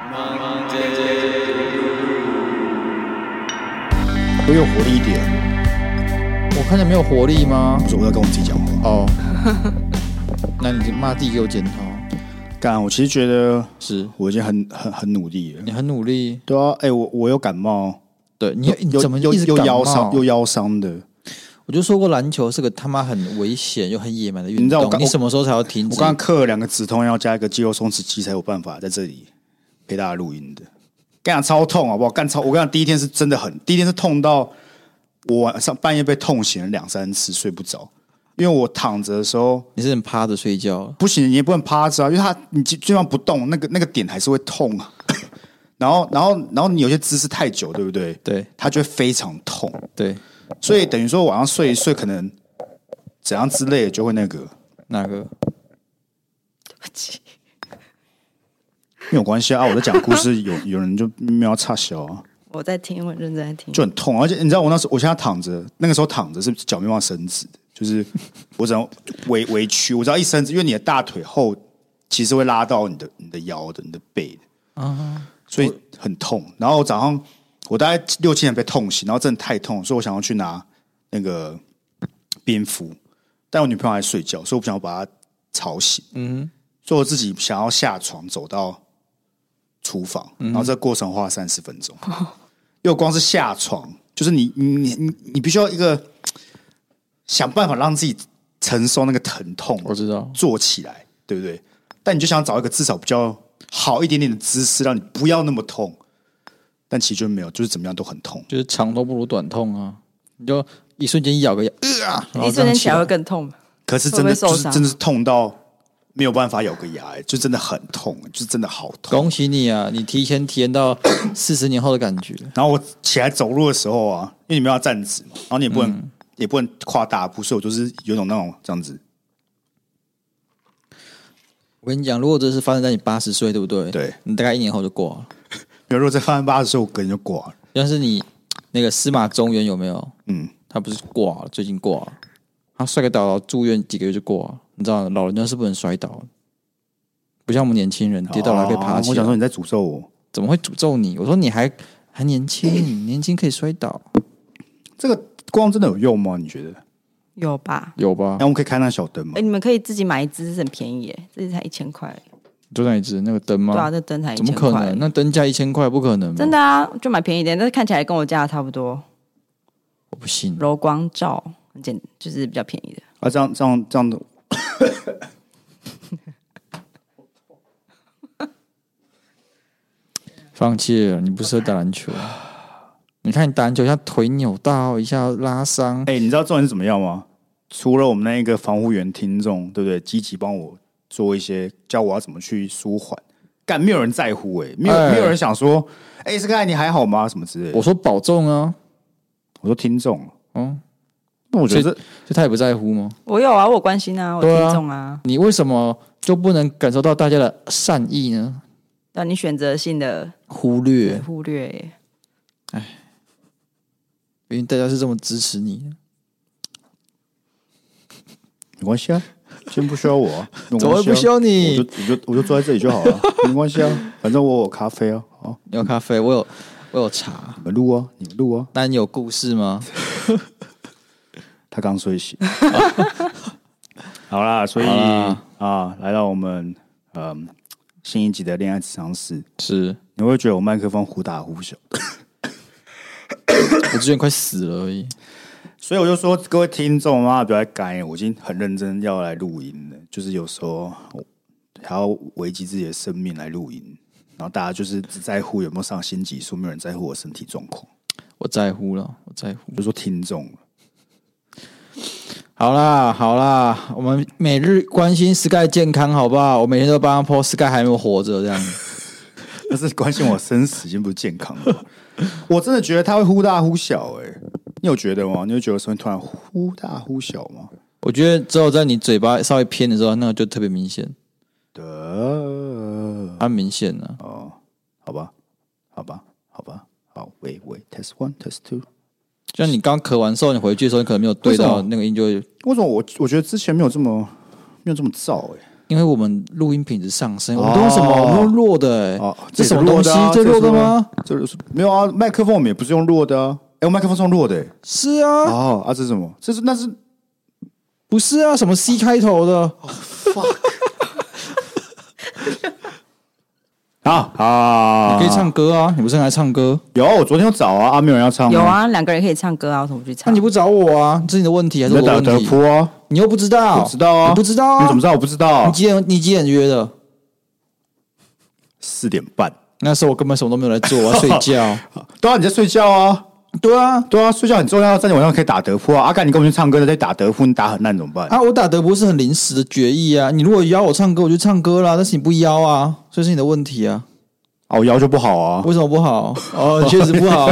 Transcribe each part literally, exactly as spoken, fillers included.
我有活力一点。 我看起来没有活力吗？ 不是，我要跟我自己讲话。 哦，那你妈自己给我检讨。 干，我其实觉得是我已经很很很努力了。 你很努力。 对啊，哎、欸，我我有感冒。 对你，你怎么又一直感冒？ 又腰伤，又腰伤的。 我就说过，篮球是个他妈很危险又很野蛮的运动。你知道我你什么时候才要停止？ 我刚刚刻了两个止痛药，加一个肌肉松弛剂，才有办法在这里陪大家录音的。干讲超痛好不好？干超！我跟你讲，第一天是真的很，第一天是痛到我晚上半夜被痛醒了两三次，睡不着。因为我躺着的时候， 你是很趴着睡觉， 不行，你也不能趴着啊，因为它你基本上不动，那个那个点还是会痛啊。然后，然后，然后你有些姿势太久，对不对？ 对， 它就会非常痛。 对， 所以等于说晚上睡一睡，可能怎样之类的就会那个哪个？ 对不起， 没有关系啊。我在讲故事，有有人就没有插小啊。 我在听，我认真在听， 就很痛。而且你知道，我那时候我现在躺着，那个时候躺着是脚没办法伸直的，就是我只能微微屈，我只要一伸直，因为你的大腿后其实会拉到你的你的腰的、你的背的啊，所以很痛。然后我早上我大概六七点被痛醒，然后真的太痛，所以我想要去拿那个冰敷，但我女朋友还睡觉，所以我不想要把她吵醒。嗯，所以我自己想要下床走到厨房，然后这个过程花了三十分钟。嗯，因为光是下床，就是你你你你必须要一个想办法让自己承受那个疼痛。 我知道， 坐起来，对不对？但你就想找一个至少比较好一点点的姿势，让你不要那么痛。但其实就没有，就是怎么样都很痛， 就是长痛不如短痛啊！你就一瞬间咬个牙，呃、 一瞬间起来会更痛。 可是真的就是真的是痛到没有办法咬个牙，就真的很痛，就是真的好痛。 恭喜你啊！你提前体验到四十年后的感觉。 然后我起来走路的时候啊，因为你们要站直嘛，然后你也不能、嗯、也不能跨大步，所以我就是有种那种这样子。 我跟你讲，如果这是发生在你八十岁，对不对？ 对， 你大概一年后就挂了。 如果再发生八十岁，我可能就挂了。 像是你那个司马中原有没有？嗯，他不是挂了，最近挂了。他摔个倒，住院几个月就挂了。你知道，老人家是不能摔倒，不像我们年轻人跌倒了还可以爬起来。 我想说你在诅咒我， 怎么会诅咒你？我说你还还年轻，年轻可以摔倒。 这个光真的有用吗？你觉得？ 有吧， 有吧。 那我们可以开那小灯吗？ 哎、欸，你们可以自己买一支，是很便宜耶，这支才一千块。 就那一支那个灯吗？ 对啊，那灯才一千块。 怎么可能？那灯价一千块，不可能。 真的啊，就买便宜一点，但是看起来跟我家的差不多。 我不信。 柔光罩很简，就是比较便宜的。 啊，这样这样这样的。 放弃了，你不适合打篮球。你看你打篮球，一下腿扭到，一下拉伤。 哎、欸，你知道重点是怎么样吗？除了我们那一个防护员听众，对不对？积极帮我做一些，教我要怎么去舒缓。干，没有人在乎哎、欸，没有、欸、没有人想说，哎、欸，这个你还好吗？什么之类的。 我说保重啊， 我说听众，嗯，那我觉得所以，所以他也不在乎吗？ 我有啊，我有关心啊，我听众啊, 啊。 你为什么就不能感受到大家的善意呢？ 让你选择性的忽略， 忽略耶。 哎，因为大家是这么支持你的， 没关系啊。先不需要我、啊， 怎么会不需要你？ 我就我就我就坐在这里就好了，没关系啊，反正我有咖啡啊。好， 你有咖啡，我有我有茶。 你们录啊，你们录啊。 那你有故事吗？ 他刚睡醒。好啦，所以啊，来到我们嗯新一集的恋爱咨商室， 是你会觉得我麦克风忽大忽小？ 我之前快死了而已。 所以我就说，各位听众妈不要改，我已经很认真要来录音了。就是有时候还要危及自己的生命来录音，然后大家就是只在乎有没有上新集数，没有人在乎我身体状况。 我在乎了，我在乎。 就说听众， 好啦好啦，我们每日关心 Sky 健康，好不好？我每天都帮他 po Sky 还没有活着这样。 但是关心我生死，已经不是健康了。我真的觉得他会忽大忽小、欸，哎。你有觉得吗？你有觉得说突然忽大忽小吗？ 我觉得只有在你嘴巴稍微偏的时候，那个就特别明显。 的， 它明显了、啊。 哦，好吧，好吧，好吧，好，喂喂 ，test one test two。 就像你刚咳完之后，你回去的时候，你可能没有对到那个音，就会。 为什么我我觉得之前没有这么没有这么燥哎、欸？ 因为我们录音品质上升，我们都用什么？我们用弱的、欸， 哦， 这什么东西？这弱的吗？ 这是没有啊，麦克风我们也不是用弱的啊。哎，我麦克风是用弱的、欸， 是啊。 哦，啊，这是什么？这是那是不是啊？什么 C 开头的？哦 fuck 啊啊！ 你可以唱歌啊！你不是很爱唱歌？ 有，我昨天有找啊，啊，没有人要唱。 有啊，两个人可以唱歌啊，为什么不去唱？ 那你不找我啊？这是你的问题还是我的问题？ 你在打德扑啊？ 你又不知道？ 我知道啊， 你不知道啊？ 你怎么知道？我不知道。 你几点？你几点约的？ 四点半。 那时候我根本什么都没有来做，我要睡觉。 对啊，你在睡觉啊？ 对啊， 对啊，睡觉很重要。在你晚上可以打德扑啊。阿干，你跟我去唱歌的，在打德扑，你打很烂怎么办？ 啊，我打德扑是很临时的决议啊。你如果邀我唱歌，我就唱歌啦。但是你不邀啊，所以是你的问题啊。 啊，我腰就不好啊。 为什么不好？哦，确实不好。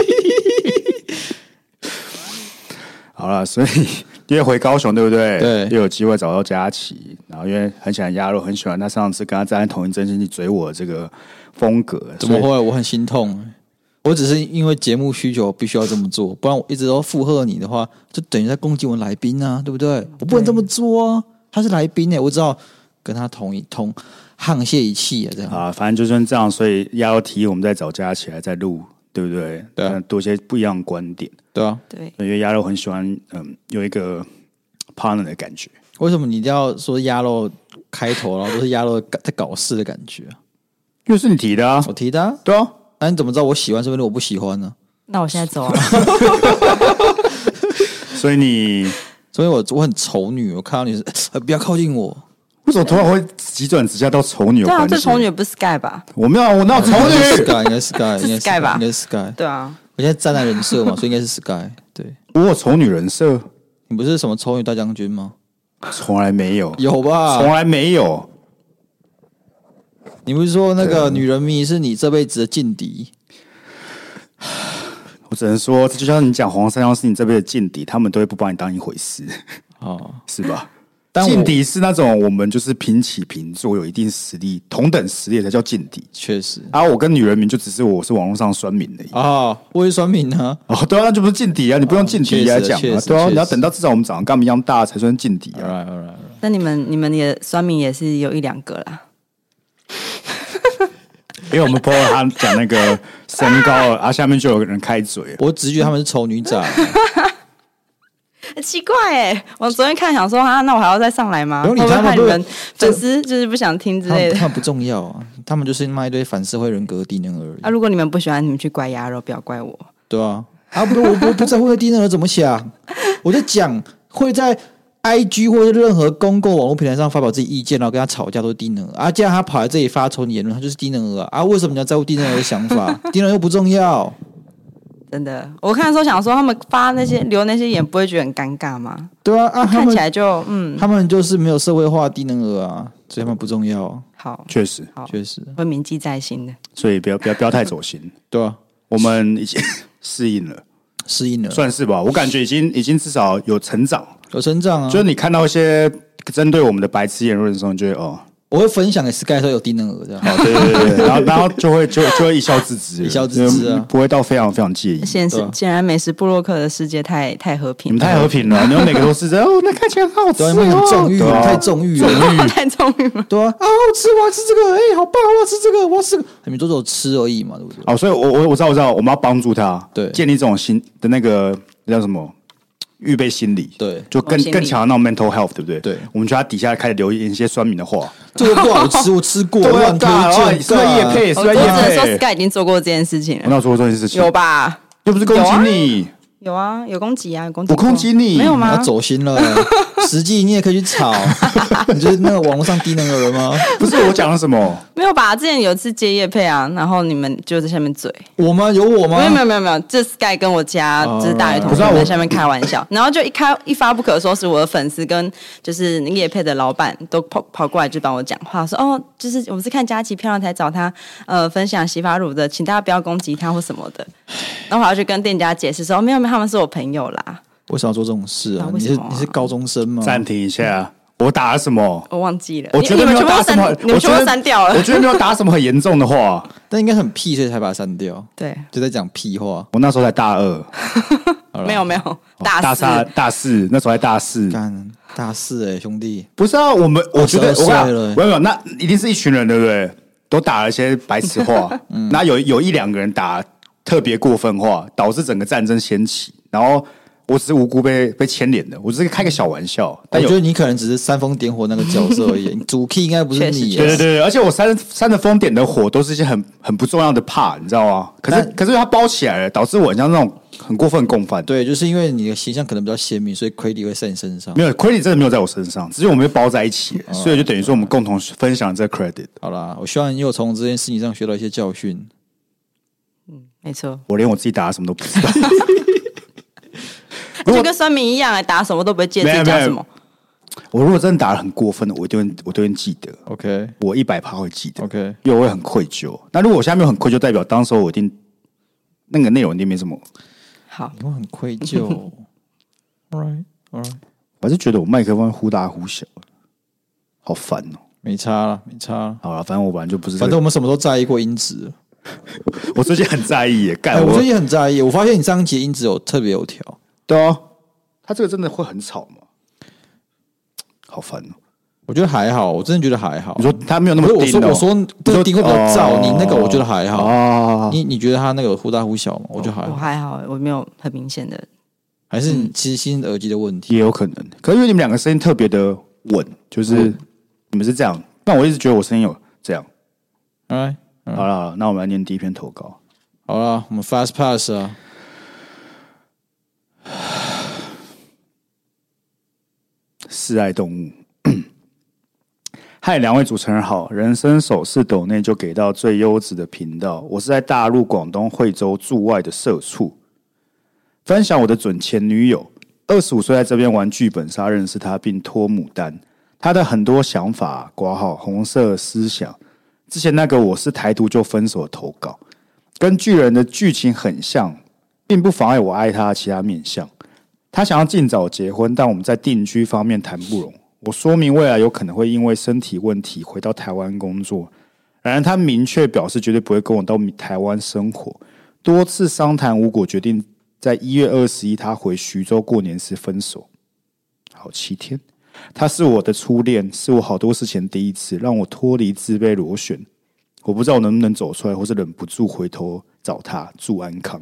好了，所以因为回高雄对不对？ 对， 又有机会找到佳琪，然后因为很喜欢鸭肉，很喜欢他上次跟他站在同一阵线去追我的这个风格。 怎么会？我很心痛。我只是因为节目需求必须要这么做，不然我一直都附和你的话，就等于在攻击我来宾啊，对不对？我不能这么做啊，他是来宾哎、欸，我只好跟他同一同沆瀣一气啊，这样啊，反正就算这样，所以鸭肉提议我们再找佳琪来再录，对不对？ 对啊， 多些不一样的观点， 对啊， 对， 因为鸭肉很喜欢嗯有一个 partner 的感觉。 为什么你一定要说鸭肉开头，然后都是鸭肉在搞事的感觉啊？ 因为是你提的啊， 我提的、啊， 对啊。 那、啊、你怎么知道我喜欢，是不是我不喜欢呢？ 那我现在走啊。 所以你， 所以我我很丑女，我看到你是、呃、不要靠近我。 为什么突然会急转直下到丑女有对啊， 关系？ 这丑女不是 Sky 吧？ 我没有，我哪有丑女 ？Sky 应该是 Sky， 应该是 Sky 吧？ 应该是 Sky。 对啊， 我现在站在人设嘛，所以应该是 Sky。对， 我有丑女人设， 你不是什么丑女大将军吗？ 从来没有， 有吧？ 从来没有。 你不是说那个女人迷是你这辈子的劲敌？ 我只能说，这就像你讲黄山药是你这辈子的劲敌，他们都会不把你当一回事，哦，是吧？劲敌是那种我们就是平起平坐，有一定实力、同等实力才叫劲敌。 确实， 啊，我跟女人民就只是我是网络上酸民而已。 哦，我也酸民啊。 哦，对啊，那就不是劲敌啊，你不用劲敌来讲啊，对啊，你要等到至少我们长得跟他们一样大才算劲敌啊。 Alright, alright, alright. 那你们你们的酸民也是有一两个啦。 因为我们 po 了他讲那个身高了，啊，下面就有个人开嘴。 我只觉得他们是丑女仔。 奇怪哎、欸，我昨天看想说啊，那我还要再上来吗？会不会害你们粉丝就是不想听之类的？ 他们不重要啊，他们就是骂一堆反社会人格的低能儿而已。 啊，如果你们不喜欢，你们去怪鸭肉，不要怪我。 对啊，啊不，我我不在乎那低能儿怎么想，我在讲会在 I G 或者任何公共网络平台上发表自己意见，然后跟他吵架都是低能儿啊。既然他跑来这里发丑言论，他就是低能儿啊！啊，为什么你要在乎低能儿的想法？低能儿又不重要。 真的，我看的时候想说，他们发那些留那些言，不会觉得很尴尬吗？ 对啊，啊， 看起来就嗯， 他们就是没有社会化的低能儿啊，所以他们不重要。 好， 确实， 确实会铭记在心的。 所以不要不要不要太走心。 对啊， 我们已经适应了， 适应了， 算是吧。我感觉已经已经至少有成长， 有成长啊。 就是你看到一些针对我们的白痴言论的时候，你就会哦。 我会分享给 Sky 说有低能儿这样， 哦，对对对，然后然后就会就就会一笑置之， 一笑置之啊， 不会到非常非常介意。 显示显然美食部落客的世界太太和平， 你们太和平了，你们每个都是这样，哦，那看起来很好吃， 对，很纵欲，太纵欲了， 太纵欲了， 对啊，啊，好吃，我要吃这个，哎，好棒，我要吃这个，我要吃这个，你们都只有吃而已嘛，对不对？ 哦，所以我我我知道我知道，我们要帮助他， 对， 建立这种心的那个叫什么？预备心理， 对， 就更更强的那种 mental health， 对不对？ 对， 我们就在底下开始留言一些酸民的话， 这个不好吃，我吃过，乱推荐， 是在业配，是在业配。 我只能说 Sky 已经做过这件事情了， 我哪有做过这件事情？ 有吧？ 又不是攻击你， 有啊，有攻击啊，有攻击。 我攻击你， 没有吗？ 要走心了，实际你也可以去吵，你就是那个网络上低能儿吗？ 不是我讲了什么？ 没有吧？之前有一次接业配啊，然后你们就在下面嘴我吗？有我吗？ 没有没有没有没有，这 Sky 跟我家就是大学同学在下面开玩笑，然后就一开一发不可收拾，我的粉丝跟就是业配的老板都跑跑过来就帮我讲话，说哦，就是我们是看佳琪漂亮才找他呃分享洗发乳的，请大家不要攻击他或什么的。然后我要去跟店家解释说，哦，没有没有，他们是我朋友啦。 为什么要做这种事啊？ 啊你是你是高中生吗？ 暂停一下。我打了什么？ 我忘记了， 我绝对没有打什么， 你们全部删掉了。 我绝对没有打什么很严重的话， 但应该很屁，所以才把它删掉。 对， 就在讲屁话。 我那时候才大二， 没有没有，大大三大四那时候还大四， 干大四哎、欸，兄弟， 不是啊，我们我觉得我岁了， 没有没有，那一定是一群人，对不对？都打了一些白痴话，嗯，那有有一两个人打特别过分话，导致整个战争掀起，然后。我只是无辜被被牵连的，我只是开个小玩笑。 但我觉得你可能只是煽风点火那个角色而已，主 key 应该不是你。 对对对，而且我煽煽的风点的火都是一些很很不重要的怕，你知道吗？可是可是它包起来了，导致我很像那种很过分的共犯。 对，就是因为你的形象可能比较鲜明，所以 credit 会在你身上。 没有 credit 真的没有在我身上，只是我们被包在一起，哦、所以就等于说我们共同分享这个 credit。 好啦，我希望你有从这件事情上学到一些教训。 嗯，没错。 我连我自己打什么都不知道。 就跟酸民一样，打什么都不会记得自己讲什么。 我如果真的打得很过分的，我一定会我都会记得。 OK， 我一百趴会记得。 OK， 因为我会很愧疚。那如果我现在没有很愧疚，代表当时我一定那个内容一定没什么。 好， 你会很愧疚。All right, all right。 我还是觉得我麦克风忽大忽小，好烦哦。 没差了，没差了。 好了，反正我本来就不是、這個。 反正我们什么都在意过音质。 我最近很在意耶，干、 欸、我最近很在意。我发现你上一集音质有特别有调。 对啊，他这个真的会很吵吗？好烦哦！ 我觉得还好，我真的觉得还好。 你说他没有那么低、 哦？我说我说这个低会比较燥，你那个我觉得还好。 哦、 你你觉得他那个忽大忽小吗？我觉得还好。 我还好，我没有很明显的。 还是你其实新的耳机的问题、 嗯、也有可能。可是因为你们两个声音特别的稳，就是你们是这样，但我一直觉得我声音有这样。 Alright， 好了好了，那我们来念第一篇投稿。 好了，我们 fast pass 啊。 示爱动物。嗨，两位主持人好！人生首次抖内就给到最优质的频道。我是在大陆广东惠州驻外的社畜，分享我的准前女友。二十五岁在这边玩剧本杀认识她，并脱牡丹。她的很多想法，括号红色思想。之前那个我是台独就分手的投稿，跟巨人的剧情很像，并不妨碍我爱她的其他面向。他想要尽早结婚，但我们在定居方面谈不拢。我说明未来有可能会因为身体问题回到台湾工作，然而他明确表示绝对不会跟我到台湾生活。多次商谈无果，决定在一月二十一他回徐州过年时分手。好七天，他是我的初恋，是我好多事前第一次，让我脱离自卑螺旋。我不知道我能不能走出来，或是忍不住回头找他。祝安康。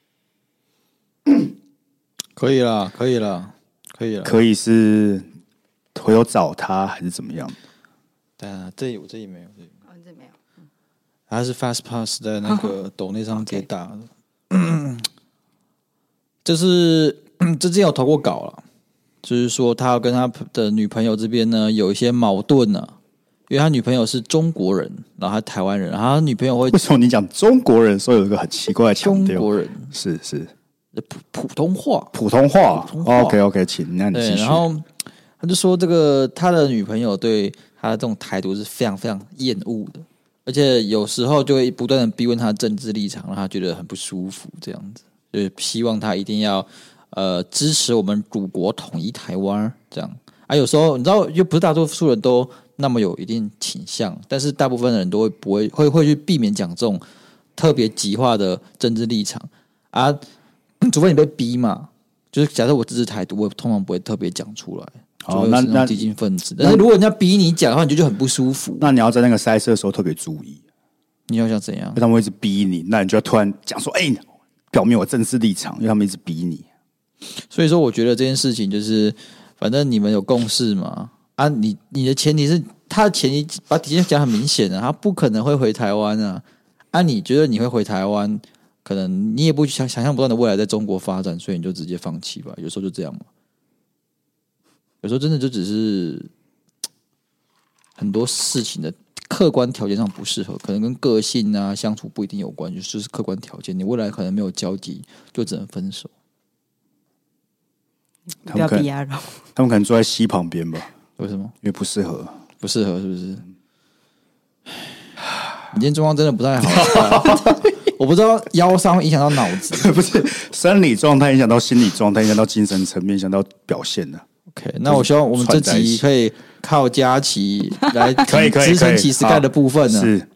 可以啦，可以啦，可以啦， 可以是回头找他还是怎么样？ 对啊，这里我这里没有，这里没有， 哦、这没有。嗯、 他是 fast pass 在那个抖内上给打的，嗯、就是之前有投过稿了，就是说他要跟他的女朋友这边呢有一些矛盾啊，因为他女朋友是中国人，然后他台湾人，然后他女朋友会为什么你讲中国人的时候有一个很奇怪的强调？ 中国人是是。 普普通话， 普通话 ，OK OK， 请那你继续。 然后他就说，这个他的女朋友对他的这种态度是非常非常厌恶的，而且有时候就会不断的逼问他的政治立场，让他觉得很不舒服，这样子，就是希望他一定要呃支持我们祖国统一台湾，这样啊。有时候你知道，又不是大多数人都那么有一定倾向，但是大部分的人都会不会会会去避免讲这种特别极化的政治立场啊。除非你被逼嘛，就是假设我支持台独，我通常不会特别讲出来。 哦，那那激进分子，但是如果人家逼你讲的话，你就就很不舒服。 那你要在那个塞车的时候特别注意。 你要想怎样？ 因为他们会一直逼你，那你就要突然讲说：“哎、欸，表明我政治立场。”因为他们一直逼你。 所以说，我觉得这件事情就是，反正你们有共识嘛。啊你，你你的前提是他的前提把底线讲很明显啊，他不可能会回台湾啊。啊，你觉得你会回台湾？可能你也不想想象不到的未来在中国发展，所以你就直接放弃吧。有时候就这样嘛，有时候真的就只是很多事情的客观条件上不适合，可能跟个性啊相处不一定有关，就是客观条件。你未来可能没有交集，就只能分手。 不要逼压了， 他们可能坐在溪旁边吧？ 为什么？ 因为不适合， 不适合是不是？你今天状况真的不太好。我不知道腰伤会影响到脑子， 不是生理状态影响到心理状态，影响到精神层面，影响到表现的。 OK， 那我希望我们这集可以靠佳琪来支撑起 Sky 的部分呢。 是，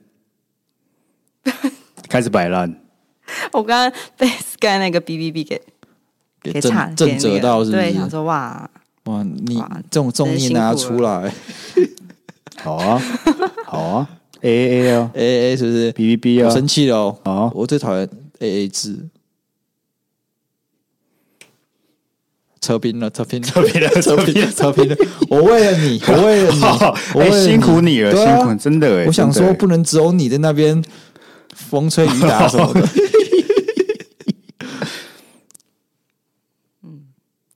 开始摆烂。 我刚刚被 Sky 那个 B B B 给给正正折到，是不是？ 对，想说哇哇，你这种综艺拿出来， 好啊，好啊 ，A A A 啊 ，A A A 是不是 ？B B B 啊， 我生气了哦！ 啊， 我最讨厌 A A 制。扯平了，扯平了， 扯平了， 扯平了，扯平了！我为了你，我为了你，我为了你辛苦你了，辛苦，真的哎！ 我想说，不能只有你在那边风吹雨打什么的。 嗯，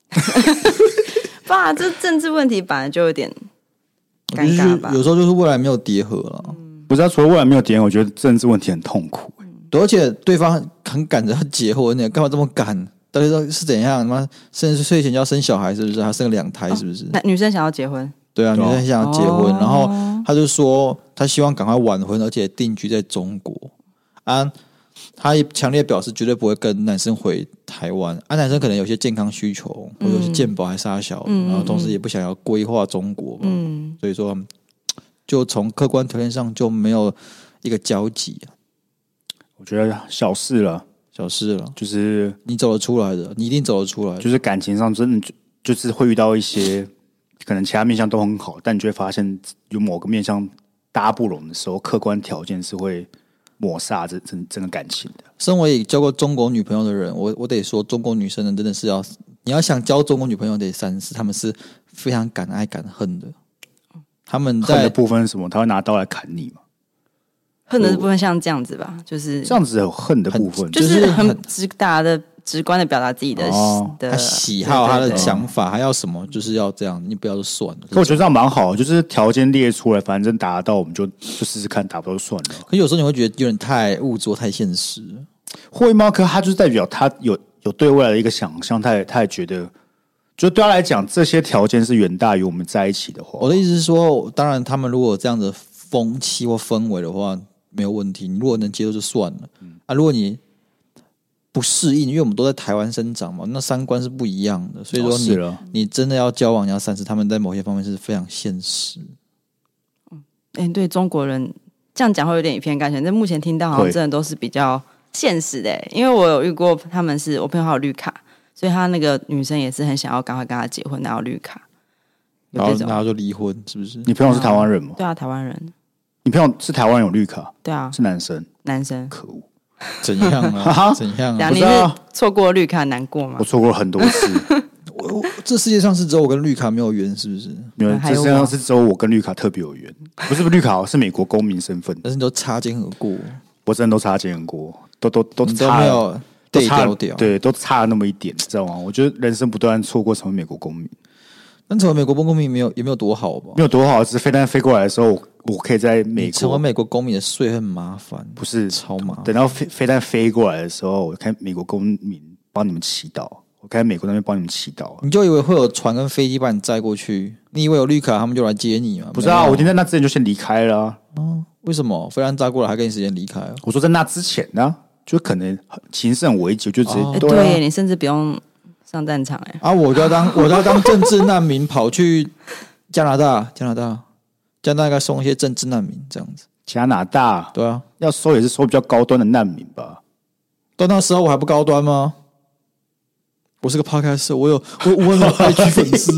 爸，这政治问题本来就有点尴尬吧？ 有时候就是未来没有叠合了。 不是，除了未来没有叠合，我觉得政治问题很痛苦。 而且对方很赶着要结婚，你干嘛这么赶？到底是怎样？妈，三十岁前就要生小孩，是不是？还生两胎，是不是？ 那、哦、女生想要结婚？ 对啊，女生想要结婚，哦、然后他就说他希望赶快晚婚，而且定居在中国啊。他也强烈表示绝对不会跟男生回台湾啊。男生可能有些健康需求，或者有些健保还杀小，嗯、然后同时也不想要规划中国，嗯，所以说就从客观条件上就没有一个交集啊。 我觉得小事了。 小事了， 就是你走得出来的，你一定走得出来的。 就是感情上真的就就是会遇到一些可能其他面向都很好，但你就会发现有某个面向搭不拢的时候，客观条件是会抹杀这整整个感情的。 身为交过中国女朋友的人，我我得说，中国女生呢真的是要，你要想交中国女朋友得三思，他们是非常敢爱敢恨的。他们在恨的部分是什么？他会拿刀来砍你吗？ 恨的部分像这样子吧，就是这样子有恨的部分， 就是很直达的、直观的表达自己的、 哦、 的他喜好、他的想法，还要什么，就是要这样，你不要就算了。 可我觉得这样蛮好，就是条件列出来，反正达得到我们就就试试看，达不到就算了。 可有时候你会觉得有点太物质、太现实， 会吗？可他就是代表他有有对未来的一个想象，他也他也觉得，就对他来讲，这些条件是远大于我们在一起的话。 我的意思是说，当然他们如果有这样的风气或氛围的话。没有问题，你如果能接受就算了、嗯、啊。如果你不适应，因为我们都在台湾生长嘛，那三观是不一样的，所以说你、哦、你真的要交往，你要三思，他们在某些方面是非常现实。 嗯，哎、欸，对中国人这样讲会有点以偏概全，但目前听到好像真的都是比较现实的、欸。因为我有遇过，他们是我朋友还有绿卡，所以他那个女生也是很想要赶快跟他结婚，拿到绿卡， 然后然后就离婚，是不是？ 你朋友是台湾人吗？ 对啊，台湾人。 你朋友是台湾有绿卡？ 对啊， 是男生。 男生， 可恶， 怎样啊？怎样啊？ 你是错过绿卡难过吗？ 我错过很多次。 我这世界上是只有我跟绿卡没有缘，是不是？ 没有，这世界上是只有我跟绿卡特别有缘。不是绿卡，是美国公民身份。 但是你都擦肩而过， 我真的都擦肩而过，都都都差都没有， 都差对，都差了那么一点，知道吗？我觉得人生不断错过成为美国公民。 但成为美国公民没有也没有多好吧？ 没有多好，只是飞弹飞过来的时候，我可以在美国成为美国公民的税很麻烦， 不是超麻烦。 等到飞飞弹飞过来的时候，我看美国公民帮你们祈祷，我看美国那边帮你们祈祷。 你就以为会有船跟飞机把你载过去？你以为有绿卡他们就来接你吗？ 不是啊，我已经在那之前就先离开了、啊。 嗯，为什么飞弹炸过来还给你时间离开、啊？ 我说在那之前呢、啊，就可能情势很危急，就直接、 哦对、啊欸、对，你甚至不用上战场哎、 欸！啊，我就要当我就要当政治难民，跑去加拿大，加拿大，加拿大该送一些政治难民这样子。 加拿大对啊， 要收也是收比较高端的难民吧？ 到那时候我还不高端吗？我是个 podcast， 我有我五万个 I G 粉丝，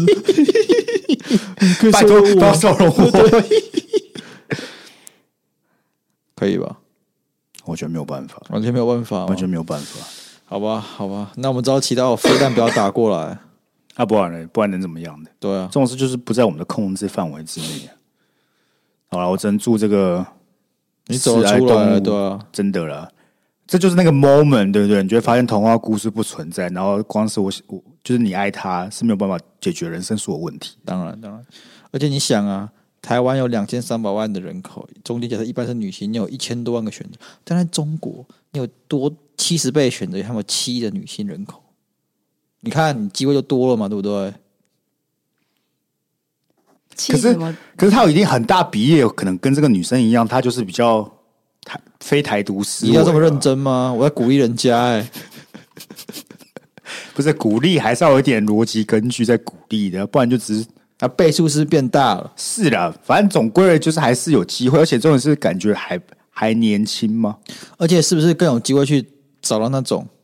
拜托不要收容我， 可以吧？ 我觉得没有办法， 完全没有办法， 完全没有办法。 好吧，好吧，那我们只要祈祷飞弹不要打过来， 啊，不然呢？不然能怎么样的？ 对啊， 这种事就是不在我们的控制范围之内、啊。好了，我只能祝这个你走出来了，对啊， 真的了，这就是那个 moment， 对不对？你就会发现童话故事不存在，然后光是我，我就是你爱他是没有办法解决人生所有问题。 当然，当然，而且你想啊，台湾有两千三百万的人口，中间假设一半是女性，你有一千多万个选择，但在中国，你有多七十倍的选择，他们有七亿的女性人口，你看你机会就多了嘛，对不对？ 可是，可是他有一定很大比例，可能跟这个女生一样，她就是比较台非台独思维。 你要这么认真吗？我在鼓励人家哎、欸， 不是鼓励，还是要有一点逻辑根据在鼓励的，不然就只是啊倍数是变大了。 是啦，反正总归就是还是有机会，而且重点是感觉还还年轻嘛， 而且是不是更有机会去找到那种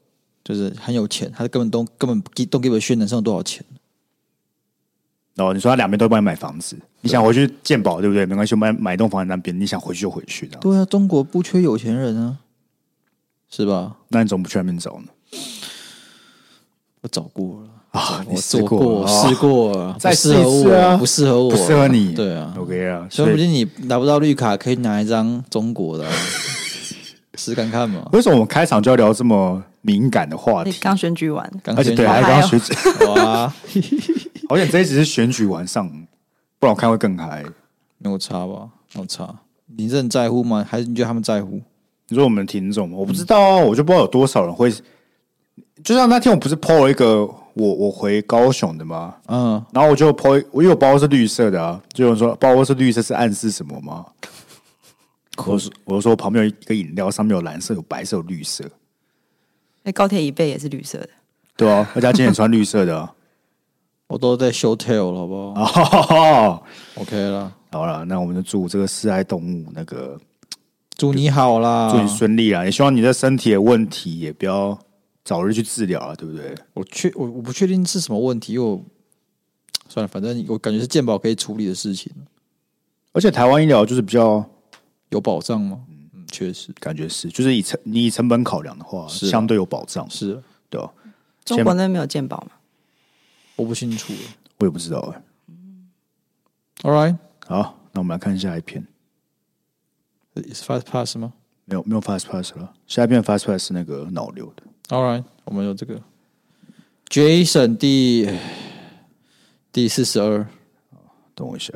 就是很有钱，他根本都根本都给我炫男生有多少钱。 哦，你说他两边都帮你买房子，你想回去健保对不对？没关系，我买买一栋房在那边，你想回去就回去的。 对啊，中国不缺有钱人啊，是吧？ 那你怎么不去那边找呢？ 我找过了啊， 我做过，试过了， 再试合我啊，不适合我， 不适合你。 对啊 ，OK 啊， 说不定你拿不到绿卡，可以拿一张中国的、啊，试看看嘛。 为什么我们开场就要聊这么敏感的话题？ 刚选举完， 而且对，还刚选举， 哇！ 好险这一集是选举完上，不然我看会更嗨。 没有差吧？没有差。你是很在乎吗？还是你觉得他们在乎？ 你说我们的听众吗？我不知道啊，我就不知道有多少人会。就像那天我不是 po 了一个我我回高雄的吗？嗯，然后我就 po， 我因为我包是绿色的啊，就有人说包是绿色是暗示什么吗？我说我说我旁边有一个饮料，上面有蓝色、有白色、有绿色。 那高铁椅背也是绿色的， 对啊，而且他今天也穿绿色的、啊。 我都在 show tail 了，好不好、 哦、 ？OK 了， 好了，那我们就祝这个示爱动物那个祝你好啦， 祝你顺利啦，也希望你的身体的问题也不要早日去治疗啊，对不对？ 我确我我不确定是什么问题，因为我算了，反正我感觉是健保可以处理的事情。 而且台湾医疗就是比较有保障吗？嗯，确实， 感觉是，就是以成你以成本考量的话，是相对有保障， 是， 对吧？ 中国那边没有健保吗？ 我不清楚， 我也不知道哎、 欸。All right， 好，那我们来看下一篇。 是 Fast Pass 吗？ 没有，没有 Fast Pass 了。下一篇 Fast Pass 是那个脑瘤的。 All right， 我们有这个 Jason 第第四十二。 等我一下。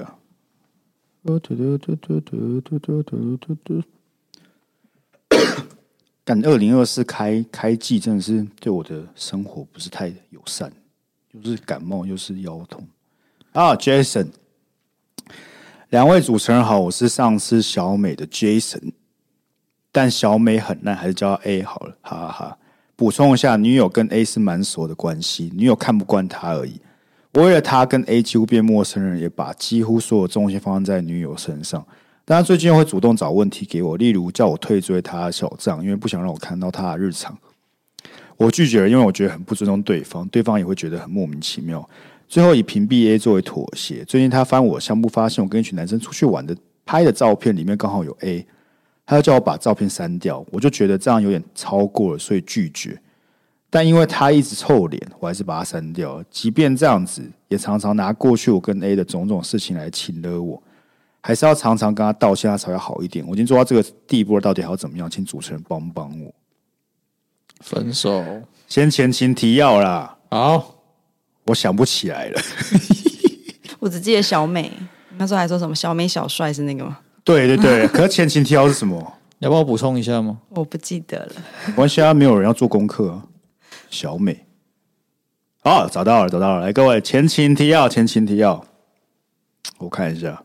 但二零二四开开季真的是对我的生活不是太友善，又是感冒又是腰痛啊 ！Jason， 两位主持人好，我是上次小美的 Jason， 但小美很烂，还是叫 A 好了，哈哈哈。补充一下，女友跟 A 是蛮熟的关系，女友看不惯他而已。我为了他跟 A 几乎变陌生人，也把几乎所有重心放在女友身上。但他最近又会主动找问题给我，例如叫我退追他的小账，因为不想让我看到他的日常。我拒绝了，因为我觉得很不尊重对方，对方也会觉得很莫名其妙。最后以屏蔽 A 作为妥协。最近他翻我相簿，发现我跟一群男生出去玩的拍的照片里面刚好有 A， 他就叫我把照片删掉，我就觉得这样有点超过了，所以拒绝。但因为他一直臭脸，我还是把他删掉了。即便这样子，也常常拿过去我跟 A 的种种事情来请了我。还是要常常跟他道歉，他才会好一点。我已经做到这个地步了，到底还要怎么样？请主持人帮帮我。 分手， 先前情提要啦。 好， 我想不起来了。 我只记得小美，那时候还说什么小美小帅是那个吗？ 对对对，可是前情提要是什么？ 要帮我补充一下吗？ 我不记得了。 没关系啊，没有人要做功课啊。小美，好，找到了，找到了。来，各位，前情提要，前情提要，我看一下。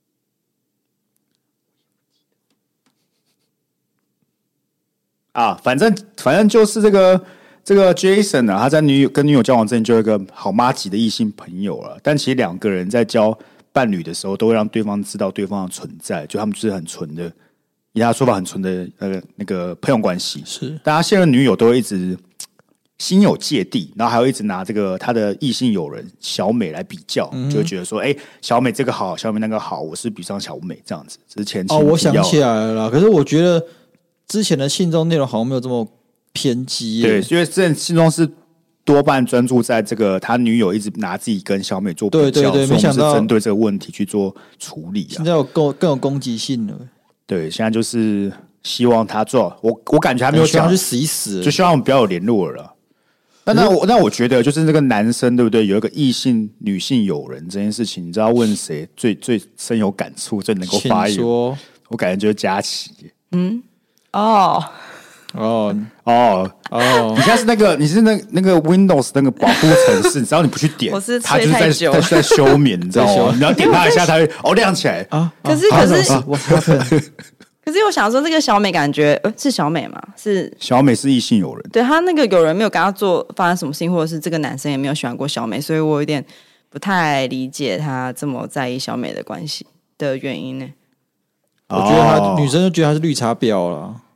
啊，反正反正就是这个这个 Jason 啊，他在女友跟女友交往之前就有一个好麻吉的异性朋友了，但其实两个人在交伴侣的时候，都会让对方知道对方的存在，就他们就是很纯的，以他的说法很纯的呃那个朋友关系。 是， 但他现任女友都会一直心有芥蒂，然后还会一直拿这个他的异性友人小美来比较，嗯、就会觉得说，哎、欸，小美这个好，小美那个好，我是比上小美这样子。之前哦，我想起来了啦，可是我觉得。之前的信中内容好像没有这么偏激耶， 对，因为之前信中是多半专注在这个他女友一直拿自己跟小美做比较， 对对对， 所以我们是针对这个问题去做处理、啊。 现在有更更有攻击性了， 对，现在就是希望他做，我我感觉还没有想去死一死， 就希望我们不要有联络了。那那我那我觉得就是这个男生对不对？有一个异性女性友人这件事情，你知道问谁最最深有感触，最能够发言？我感觉就是佳琪。嗯。 哦哦哦哦！你现在是那个，你是那那个 Windows 那个保护程式，只要你不去点， 我是它就是在在在休眠，你知道吗？你要点它一下，它会哦亮起来啊。 可是可是，可是我想说，这个小美感觉呃是小美吗？是小美是异性友人， 对他那个友人没有跟他做发生什么事情，或者是这个男生也没有喜欢过小美，所以我有点不太理解他这么在意小美的关系的原因呢。 我觉得他、哦、女生就觉得他是绿茶婊了，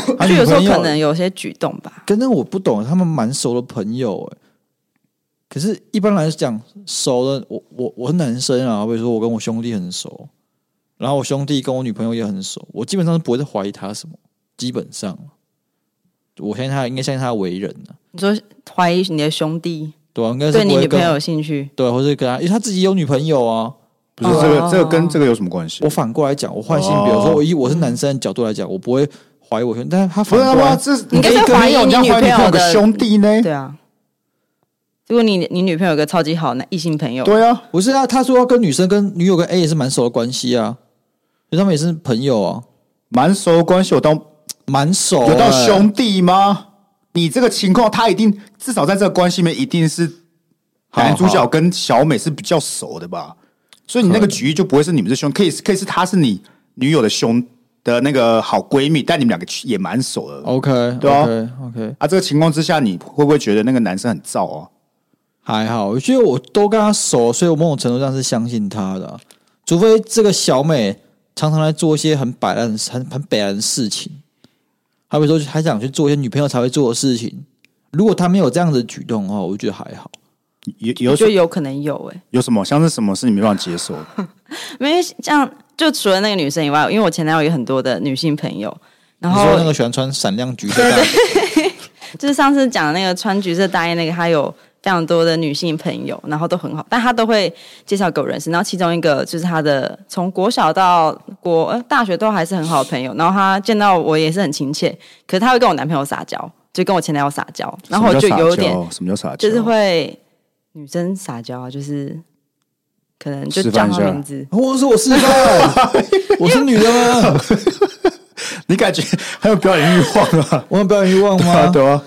就有时候可能有些举动吧。 跟那我不懂，他们蛮熟的朋友哎。可是，一般来讲，熟的我我我是男生啊，比如说我跟我兄弟很熟，然后我兄弟跟我女朋友也很熟，我基本上是不会再怀疑他什么。基本上，我相信他应该相信他的为人啊。 你说怀疑你的兄弟？ 对啊，应该是对你女朋友有兴趣？ 对，或是跟他，因为他自己有女朋友啊。 不是这个，这个跟这个有什么关系？ 我反过来讲，我换性，比如说我以我是男生的角度来讲，我不会怀疑我兄弟，但是他反过来， 这你应该是怀疑你女朋友的兄弟呢？ 对啊。如果你你女朋友有个超级好的异性朋友， 对啊， 不是啊，他说要跟女生跟女友跟 A 也是蛮熟的关系啊，所以他们也是朋友啊， 蛮熟的关系，有到蛮熟、欸， 有到兄弟吗？你这个情况，他一定至少在这个关系里面，一定是男主角跟小美是比较熟的吧？所以你那个举例就不会是你们是兄，可以可以是他是你女友的兄的那个好闺蜜，但你们两个也蛮熟的。 OK， 对啊 ，OK OK 啊，这个情况之下，你会不会觉得那个男生很燥啊？ 还好，我觉得我都跟他熟，所以我某种程度上是相信他的、啊。除非这个小美常常来做一些很摆烂、很很北烂的事情，好比说还想去做一些女朋友才会做的事情。如果他没有这样的举动的话，我觉得还好。 有有就有可能有哎、欸， 有什么像是什么是你没办法接受的？ 因为这样，就除了那个女生以外，因为我前男友有很多的女性朋友，然后你说那个喜欢穿闪亮橘色大衣， 就是上次讲的那个穿橘色大衣那个，他有非常多的女性朋友，然后都很好，但他都会介绍给我认识。然后其中一个就是他的从国小到国、呃、大学都还是很好的朋友，然后他见到我也是很亲切，可是他会跟我男朋友撒娇，就跟我前男友撒娇，然后我就有点什么叫撒娇？ 就是会女生撒娇啊，就是可能就叫他名字， 我是我示范，我是女的吗？ 你感觉很有表演欲望啊？ 我有表演欲望吗？ 对啊。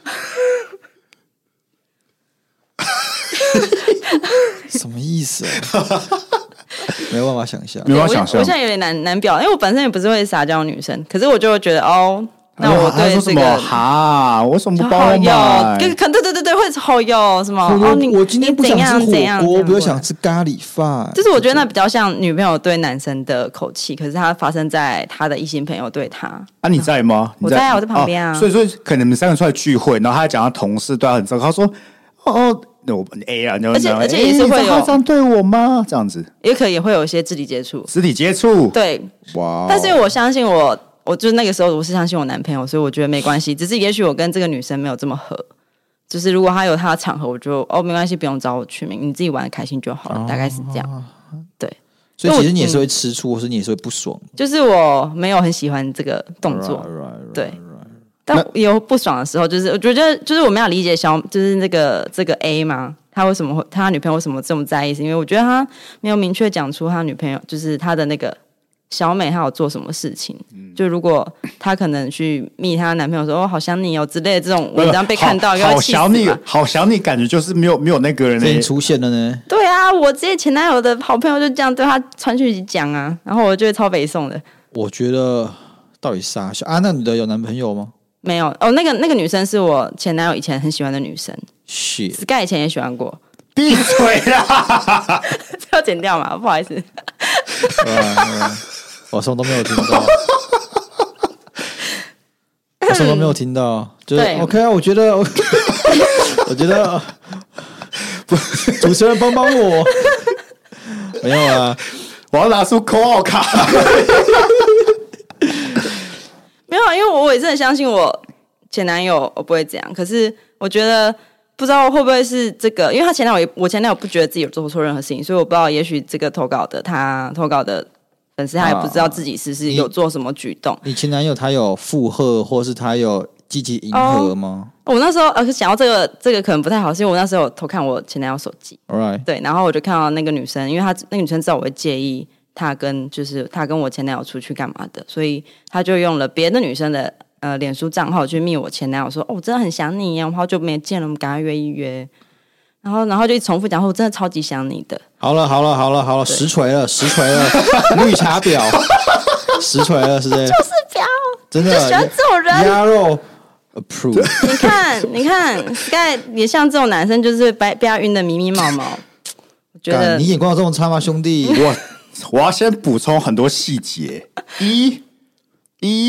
什么意思啊？没有办法想象， 没办法想象。 我现在有点难难表，因为我本身也不是会撒娇的女生，可是我就会觉得哦，那我对这个哈，为什么不帮我买？ 对对对对对，会好哟什么？哦，你我今天不想吃火锅，我比较想吃咖喱饭。 就是我觉得那比较像女朋友对男生的口气，可是它发生在他的异性朋友对他。 啊，你在吗？ 我在啊，我在旁边啊。 所以说，可能你们三个出来聚会，然后他讲他同事对他很糟糕，他说哦。那我 A 啊， 而且而且也是会有这样对我吗？这样子也可以也会有一些肢体接触， 肢体接触， 对，哇！但是我相信我，我就那个时候我是相信我男朋友，所以我觉得没关系。只是也许我跟这个女生没有这么合，就是如果他有他的场合，我就哦没关系，不用找我去，你自己玩的开心就好了，哦、大概是这样。对， 所以其实你也是会吃醋，或是你也是会不爽。 就是我没有很喜欢这个动作， right, right, right, 对。但有不爽的时候，就是我觉得，就是我们要理解小，就是那个这个 A 嘛，他为什么会他女朋友为什么这么在意？是因为我觉得他没有明确讲出他女朋友，就是他的那个小美，她有做什么事情。嗯、就如果他可能去密他男朋友说“哦，好想你哦”之类的这种文章被看到， 好想你，好想你，感觉就是没有没有那个人已出现了呢。 对啊，我之前前男友的好朋友就这样对他传讯息讲啊，然后我就会超北宋的。 我觉得到底啥啊？那女的有男朋友吗？ 没有哦，那个那个女生是我前男友以前很喜欢的女生。 是 Sky 以前也喜欢过。 闭嘴啦！ 这要剪掉嘛？不好意思。 我什么都没有听到。我什么都没有听到。就是 OK 啊，我觉得，我觉得，主持人帮帮我。没有啊， 我要拿出口号卡。 没有，因为我也是很相信我前男友我不会这样。可是我觉得不知道会不会是这个，因为他前男友也我前男友不觉得自己有做错任何事情，所以我不知道，也许这个投稿的他投稿的粉丝他也不知道自己是不是有做什么举动。 啊、你, 你前男友他有附和，或是他有积极迎合吗？ 哦、我那时候呃想到这个这个可能不太好，是因为我那时候有偷看我前男友手机。 Alright， 对，然后我就看到那个女生，因为她那个女生知道我会介意。他跟就是他跟我前男友出去干嘛的，所以他就用了别的女生的呃脸书账号去密我前男友说，哦，我真的很想你呀，我好久没见了，我们赶快约一约。然后然后就一直重复讲说，我真的超级想你的。 好了好了好了好了，实锤了实锤了，绿茶婊，实锤了是不是？ 就是婊， 真的就喜欢这种人。 鸭肉 approve。 你看你看 ，Sky 也像这种男生，就是被被他晕的迷迷毛毛。我觉得你眼光有这么差吗，兄弟？ 我我要先补充很多细节。一一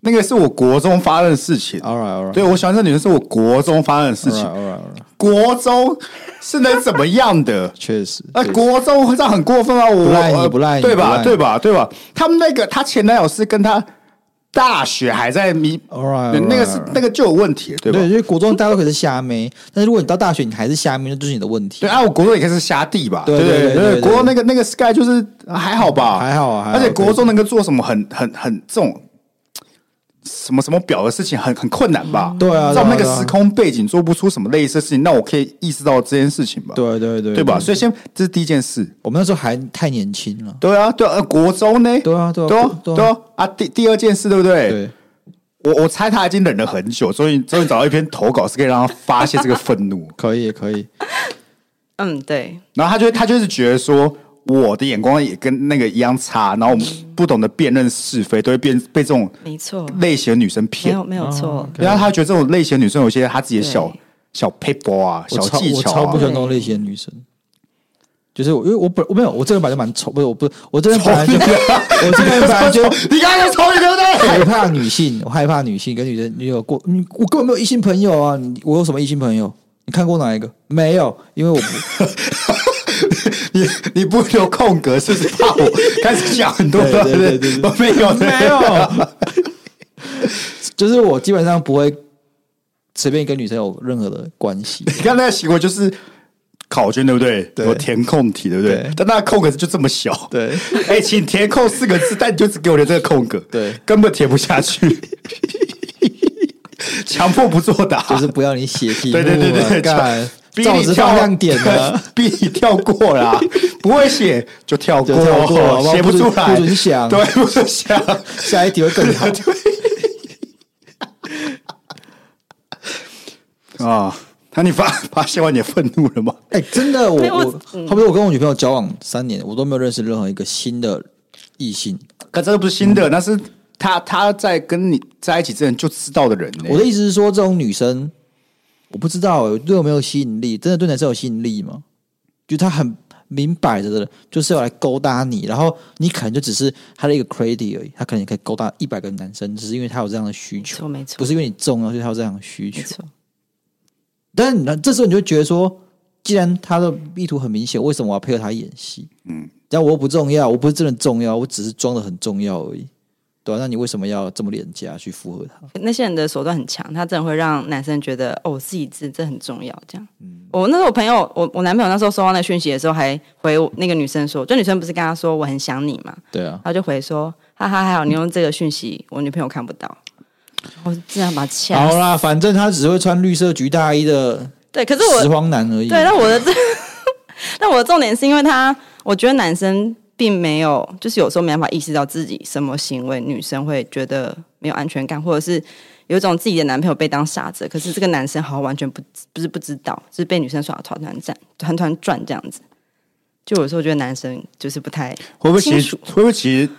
那个是我国中发生的事情。 All right, all right. 对，我喜欢这个女生是我国中发生的事情。 All right, all right, all right. 国中是能怎么样的？ 确实， 那、呃、国中这样很过分啊！我不赖你，不赖你， 对吧？对吧？对吧？他们那个他前男友是跟他大学还在迷， all right, all right. 那个是那个就有问题，对吧？ 对，因为国中大家都可以是虾妹，但是如果你到大学你还是虾妹，那就是你的问题。 对啊，我国中也可以是虾弟吧？ 对对对对, 对, 对, 对, 对，国中那个那个 Sky 就是还好吧， 还好啊，还好而且国中能够做什么很很很这种。什么什么表的事情很很困难吧？ 嗯、对啊， 在那个时空背景做不出什么类似的事情，那我可以意识到这件事情吧？ 对对对， 对吧？所以先这是第一件事。 我们那时候还太年轻了。 对啊，对啊，国中呢？ 对啊，对啊， 对啊，对啊。啊，第第二件事对不对？ 对。 我我猜他已经忍了很久，终于终于找到一篇投稿是可以让他发泄这个愤怒。 可以，可以。 嗯，对。 然后他就他就是觉得说。我的眼光也跟那个一样差，然后我们不懂得辨认是非，都会变被这种没错类型的女生骗， 没有没有错。 然后他觉得这种类型的女生有些她自己的小小 paper 啊，小技巧、啊， 我超不喜欢那种类型的女生。就是我因为我本我没有我这个人本来就蛮丑，不是我不是我这个人本来就我这个人本来就你刚才丑，对不对？ 害怕女性，我害怕女性跟女生你有过，我根本没有异性朋友啊！我有什么异性朋友？你看过哪一个？没有，因为我不。 你你不留空格，是不是怕我开始讲很多？ 对对对对， 我没有没有，就是我基本上不会随便跟女生有任何的关系。 你看那个行为就是考卷对不对？ 对， 有填空题对不对？对，但那个空格就这么小。 对， 哎、欸，请填空四个字，但你就只给我的这个空格， 对， 根本填不下去。强迫不作答， 就是不要你写题目、啊。 对对对对，干。 照直放亮点了， 逼你跳过啦，不会写就跳过， 跳过， 写不出来， 不准想， 对，不准想， 下一题会更好。 啊，那你发发泄完你的愤怒了吗？ 哎、欸，真的，我我，后面我跟我女朋友交往三年，我都没有认识任何一个新的异性。 可这个不是新的，嗯、那是他他在跟你在一起之前就知道的人、欸。 我的意思是说，这种女生。我不知道对我没有吸引力，真的对男生有吸引力吗？就他很明摆着的，就是要来勾搭你，然后你可能就只是他的一个 credit 而已，他可能也可以勾搭一百个男生，只是因为他有这样的需求， 没错，没错， 不是因为你重要，所以他有这样的需求。 没错。 但是这时候你就觉得说，既然他的意图很明显，为什么我要配合他演戏？嗯，但我又不重要，我不是真的重要，我只是装的很重要而已。对啊，那你为什么要这么廉价去附和他？ 那些人的手段很强，他真的会让男生觉得哦，我自己这这很重要。这样，嗯、我那时候我朋友，我我男朋友那时候收到那讯息的时候，还回那个女生说，就女生不是跟他说我很想你嘛？ 对啊， 他就回说，哈哈，还好你用这个讯息，我女朋友看不到。我这样把他掐死。 好啦，反正他只会穿绿色橘大衣的， 对，可是我拾荒男而已。 对，那我的，那我的重点是因为他，我觉得男生。并没有，就是有时候没办法意识到自己什么行为，女生会觉得没有安全感，或者是有一种自己的男朋友被当傻子，可是这个男生好像完全不不是不知道，是被女生耍团团转、团团转这样子。就有时候觉得男生就是不太会不会其实会不会其实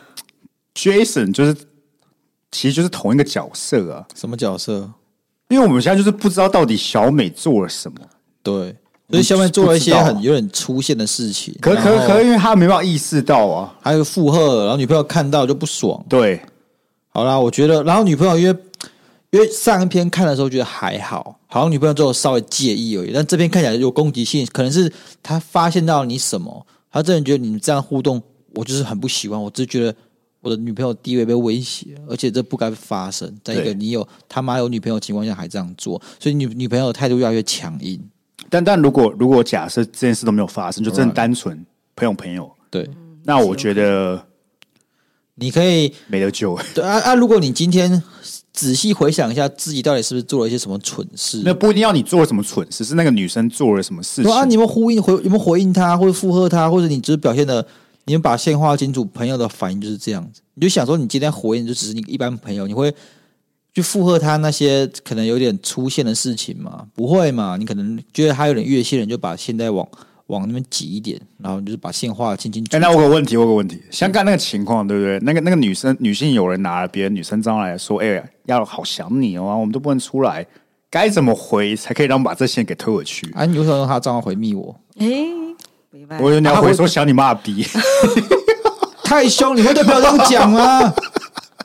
Jason 就是其实就是同一个角色啊？ 什么角色？ 因为我们现在就是不知道到底小美做了什么。 对。所以小美做了一些很有点出现的事情， 可可可，因为他没办法意识到啊， 还有附和，然后女朋友看到就不爽。 对， 好啦，我觉得，然后女朋友因为因为上一篇看的时候觉得还好，好像女朋友就稍微介意而已，但这篇看起来有攻击性，可能是她发现到你什么，她真的觉得你们这样互动，我就是很不喜欢，我只是觉得我的女朋友地位被威胁，而且这不该发生，在一个你有他妈有女朋友的情况下还这样做，所以女女朋友的态度越来越强硬。 但但如果如果假设这件事都没有发生，就真的单纯朋友朋友， 对， 那我觉得你可以没得救。 对啊啊！如果你今天仔细回想一下，自己到底是不是做了一些什么蠢事？ 那不一定要你做了什么蠢事，是那个女生做了什么事情。 对啊，你们呼应回有没有回应她，或者附和她，或者你只是表现的，你们把线画清楚，朋友的反应就是这样子。你就想说，你今天回应就只是你一般朋友，你会去附和他那些可能有点出现的事情吗？不会嘛？你可能觉得他有点越线了，你就把线再往往那边挤一点，然后就是把线画清清楚楚。 哎、欸，那我有个问题，我有个问题，像刚才那个情况，对不对？那个那个女生女性有人拿了别的女生账来说，哎、欸，要好想你哦，我们都不能出来，该怎么回才可以让我们把这线给推回去？ 啊，你为什么用他账号回密我？ 哎、欸， 我以为你要回说想你妈逼， 太凶，你会对朋友这样讲吗？我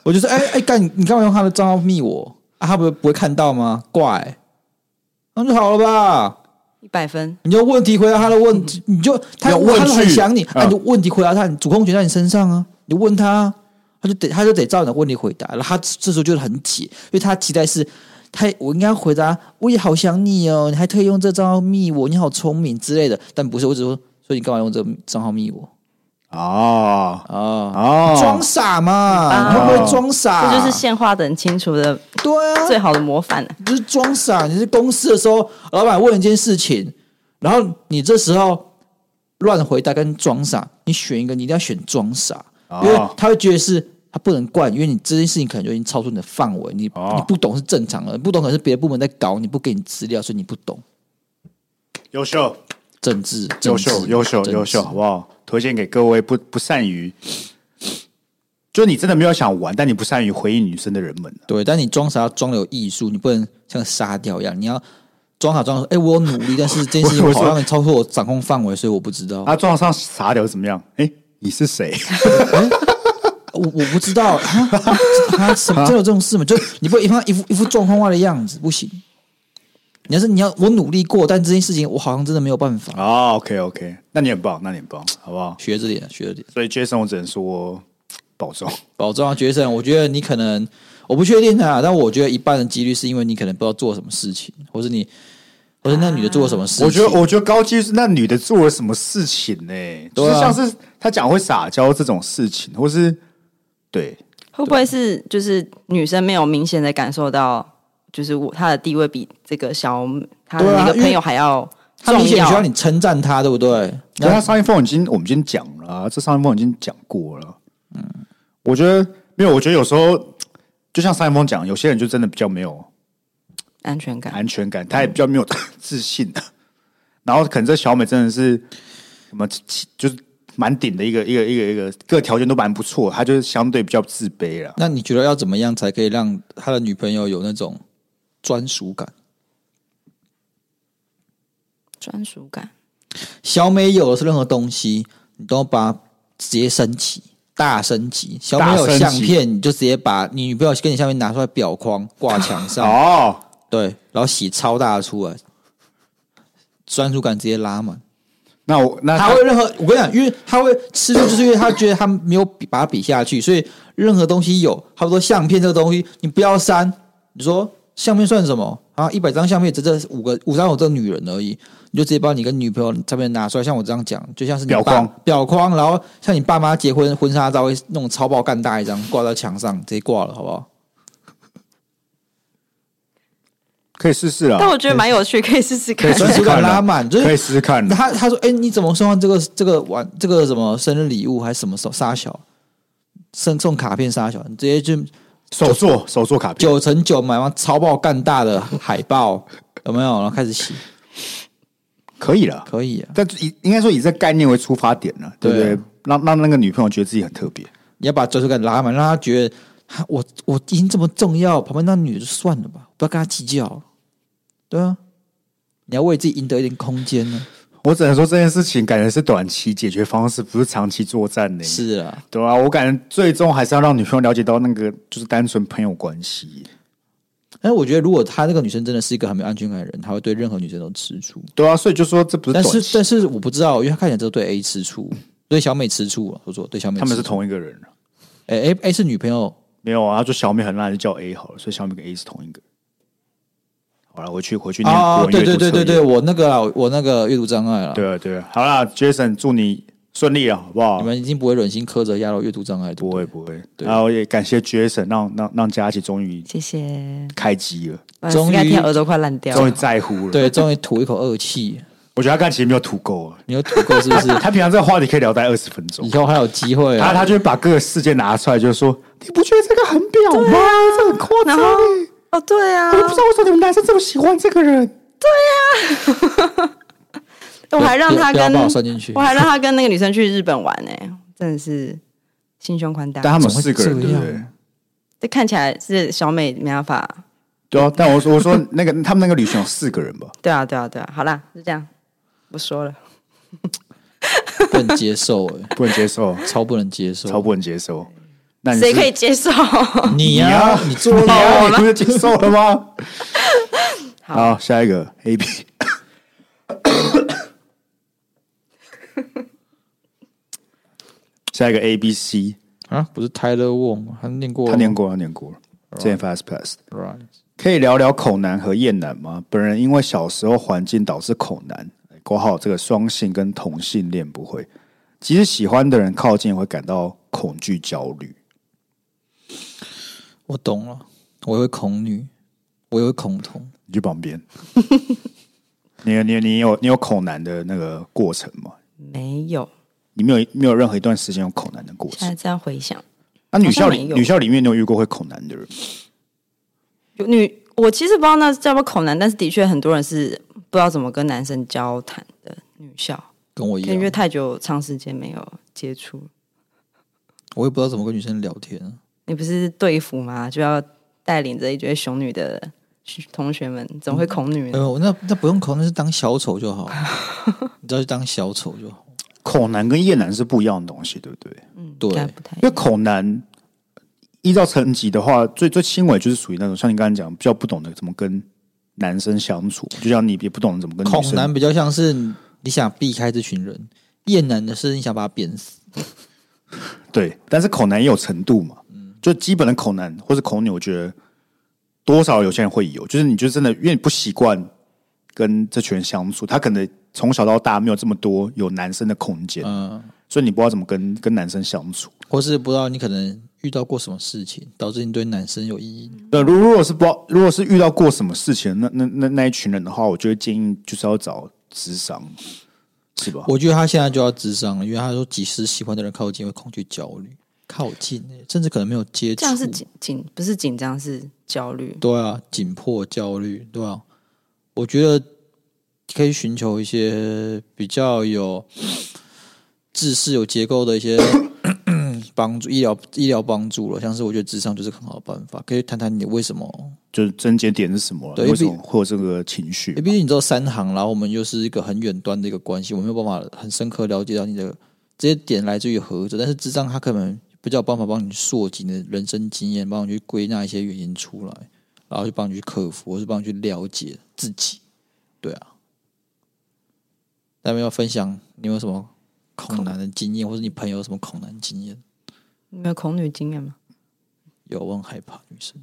我就说，哎、欸、哎，干、欸、你干嘛用他的账号密我啊？他不会不会看到吗？怪，那就好了吧。 一百分， 你就问题回答他的问题，你就他他很想你，啊，你就问题回答他，你主控权在你身上啊，你问他，他就得他就得照你的问题回答，然后他这时候就很解，因为他期待是，他我应该回答，我也好想你哦，你还特意用这账号密我，你好聪明之类的，但不是，我只说，所以你干嘛用这账号密我？ 哦哦哦，装傻嘛，你会不会装傻？ 这就是现话等清楚的， 对啊， 最好的模范。 你就是装傻。你是公司的时候，老板问一件事情，然后你这时候乱回答跟装傻，你选一个，你一定要选装傻，因为他会觉得是他不能怪，因为你这件事情可能就已经超出你的范围，你你不懂是正常的，不懂可能是别的部门在搞，你不给你资料，所以你不懂。 优秀。 政治， 优秀，优秀，优秀，好不好？推荐给各位不不善于，就你真的没有想玩，但你不善于回应女生的人们。 对，但你装傻要装的有艺术，你不能像沙雕一样，你要装傻装说，哎、欸，我有努力，但是这件事情好像超出我掌控范围，所以我不知道。 他装上傻屌怎么样？哎、欸，你是谁？ 欸我我不知道，他什么真有这种事吗？就你不会一副一副一副状况外的样子，不行。你要是你要我努力过，但这件事情我好像真的没有办法。 哦 ，OK OK， 那你很棒，那你很棒，好不好？ 学着点，学着点。 所以 Jason， 我只能说保重， 保重啊 ，Jason。我觉得你可能我不确定啊，但我觉得一半的几率是因为你可能不知道做什么事情，或是你，或是那女的做了什么事情。 我觉得，我觉得高几率是那女的做了什么事情呢、欸？就是像是她讲会撒娇这种事情，或是对， 会不会是就是女生没有明显的感受到？就是我他的地位比这个小他的那个朋友还要重要， 他明显需要你称赞他，对不对？ 可是他上一封已经我们已经讲了、啊，这上一封已经讲过了。嗯，我觉得没有，我觉得有时候就像上一封讲，有些人就真的比较没有安全感， 安全感，他也比较没有自信的。然后可能这小美真的是什么，就是蛮顶的一个一个一个一个各条件都蛮不错，他就是相对比较自卑了。 那你觉得要怎么样才可以让他的女朋友有那种专属感？ 专属感， 小美有的是任何东西，你都把它直接升级，大升级。小美有相片，你就直接把你女朋友跟你相片拿出来裱框挂墙上。 哦， 对，然后洗超大的出来，专属感直接拉满。 那我那他会任何，我跟你讲，因为他会吃醋，就是因为他觉得他没有比把它比下去，所以任何东西有，差不多相片这个东西，你不要删。你说相片算什么啊？一百张相片只这五个五张有这个女人而已，你就直接把你跟女朋友照片拿出来，像我这样讲，就像是你裱框裱框，然后像你爸妈结婚婚纱照会弄超爆干大一张挂在墙上，直接挂了，好不好？ 可以试试啦， 但我觉得蛮有趣，可以试试看。 专属感拉满，就是可以试试看。 他他说：“哎、欸，你怎么送这个这个玩这个什么生日礼物，还是什么沙小送送卡片沙小？你直接就手做手做卡片， 九乘九买完超爆干大的海报，有没有？然后开始洗， 可以了， 可以啊。 但以应该说以这概念为出发点了，对不对？对让让那个女朋友觉得自己很特别。 你要把专属感拉满，让她觉得我我已经这么重要，旁边那女的就算了吧，不要跟她计较。”对啊，你要为自己赢得一点空间呢。 我只能说这件事情感觉是短期解决方式，不是长期作战的。 是啊， 对啊，我感觉最终还是要让女朋友了解到那个就是单纯朋友关系。 但是我觉得，如果她那个女生真的是一个很没有安全感的人，她会对任何女生都吃醋。 对啊，所以就说这不是短期。 但是但是我不知道，因为她看起来就对 A 吃醋，对小美吃醋了。说说对小美吃醋， 他们是同一个人。 哎 A A 是女朋友没有啊？他说小美很烂，就叫 A 好了，所以小美跟 A 是同一个。好了，回去回去念啊、哦！对对对对对，我那个我那个阅读障碍了。 对啊对啊，好啦 Jason， 祝你顺利啊，好不好？ 你们已经不会忍心苛责亚柔阅读障碍， 不会不会。然后也感谢 Jason， 让让让佳琪终于谢谢开机了， 终于耳朵快烂掉了， 终于在乎了， 对，终于吐一口恶气。 我觉得他刚才其实没有吐够， 你有吐够是不是？ 他平常这个话题可以聊大概二十分钟， 以后还有机会、啊。 他他就会把各个事件拿出来，就是说，你不觉得这个很表吗？啊、这很夸张、欸。 哦，对啊， 我不知道为什么你们男生这么喜欢这个人。 对呀、啊，我还让他跟我, 我, 我还让他跟那个女生去日本玩呢、欸，真的是心胸宽大。 但他们四个人，对不对？ 这看起来是小美没办法。 对啊，但我说我说那个他们那个旅行有四个人吧？ 对啊，对啊，对啊。好啦，就这样，不说了。 不能接受哎、 欸，不能接受， 超不能接受， 超不能接受。 那谁可以接受？ 你呀、啊，你做了、 啊，你不是接受了吗？好，下一个 A B， 下一个 A B C 啊，不是 Tyler Wong 吗？他念过了， 他念过了，他念过了，之前 Fast Pass。Right， 可以聊聊恐男和厌男吗？本人因为小时候环境导致恐男，括号这个双性跟同性恋不会，即使喜欢的人靠近，会感到恐惧焦虑。 我懂了，我也会恐女，我也会恐同。 你去旁边，你你你有你有恐男的那个过程吗？ 没有， 你没有没有任何一段时间有恐男的过程。 现在这样回想， 那、啊、女校里女校里面你有遇过会恐男的人？ 有女，我其实不知道那叫不叫恐男，但是的确很多人是不知道怎么跟男生交谈的。女校跟我一样， 因为太久长时间没有接触， 我也不知道怎么跟女生聊天。 你不是队服吗？就要带领着一堆熊女的同学们，怎么会恐女呢？ 嗯呃、那那不用恐，那是当小丑就好，你只要去当小丑就好。 恐男跟厌男是不一样的东西，对不对？ 嗯， 对， 不太。 因为恐男依照层级的话，最最轻微就是属于那种像你刚才讲，比较不懂得怎么跟男生相处，就像你也不懂得怎么跟女生。 恐男比较像是你想避开这群人，厌男的是你想把他扁死。 对，但是恐男也有程度嘛。就基本的恐男或是恐女，我觉得多少有些人会有，就是你就真的因为你不习惯跟这群人相处，他可能从小到大没有这么多有男生的空间，嗯，所以你不知道怎么跟跟男生相处， 或是不知道你可能遇到过什么事情，导致你对男生有阴影。 对，如如果是不知道，如果是遇到过什么事情，那那那那一群人的话，我就会建议就是要找諮商，是吧？ 我觉得他现在就要諮商了，因为他说即使喜欢的人靠近会恐惧焦虑。靠近、欸，甚至可能没有接触， 这样是紧紧，不是紧张，是焦虑。 对啊，紧迫焦虑，对啊。我觉得可以寻求一些比较有知识、有结构的一些帮助，医疗医疗帮助了。像是我觉得諮商就是很好的办法，可以谈谈你为什么， 就是症结点是什么，对，为什么会有这个情绪？ 毕竟你知道三行，然后我们又是一个很远端的一个关系，我没有办法很深刻了解到你的这些点来自于何者，但是諮商它可能比较有办法帮你溯及你的人生经验，帮你去归纳一些原因出来，然后去帮你去克服，或是帮你去了解自己。对啊，大家要分享你有什么恐男的经验，或者你朋友有什么恐男经验？ 你没有恐女经验吗？ 有，我很害怕女生。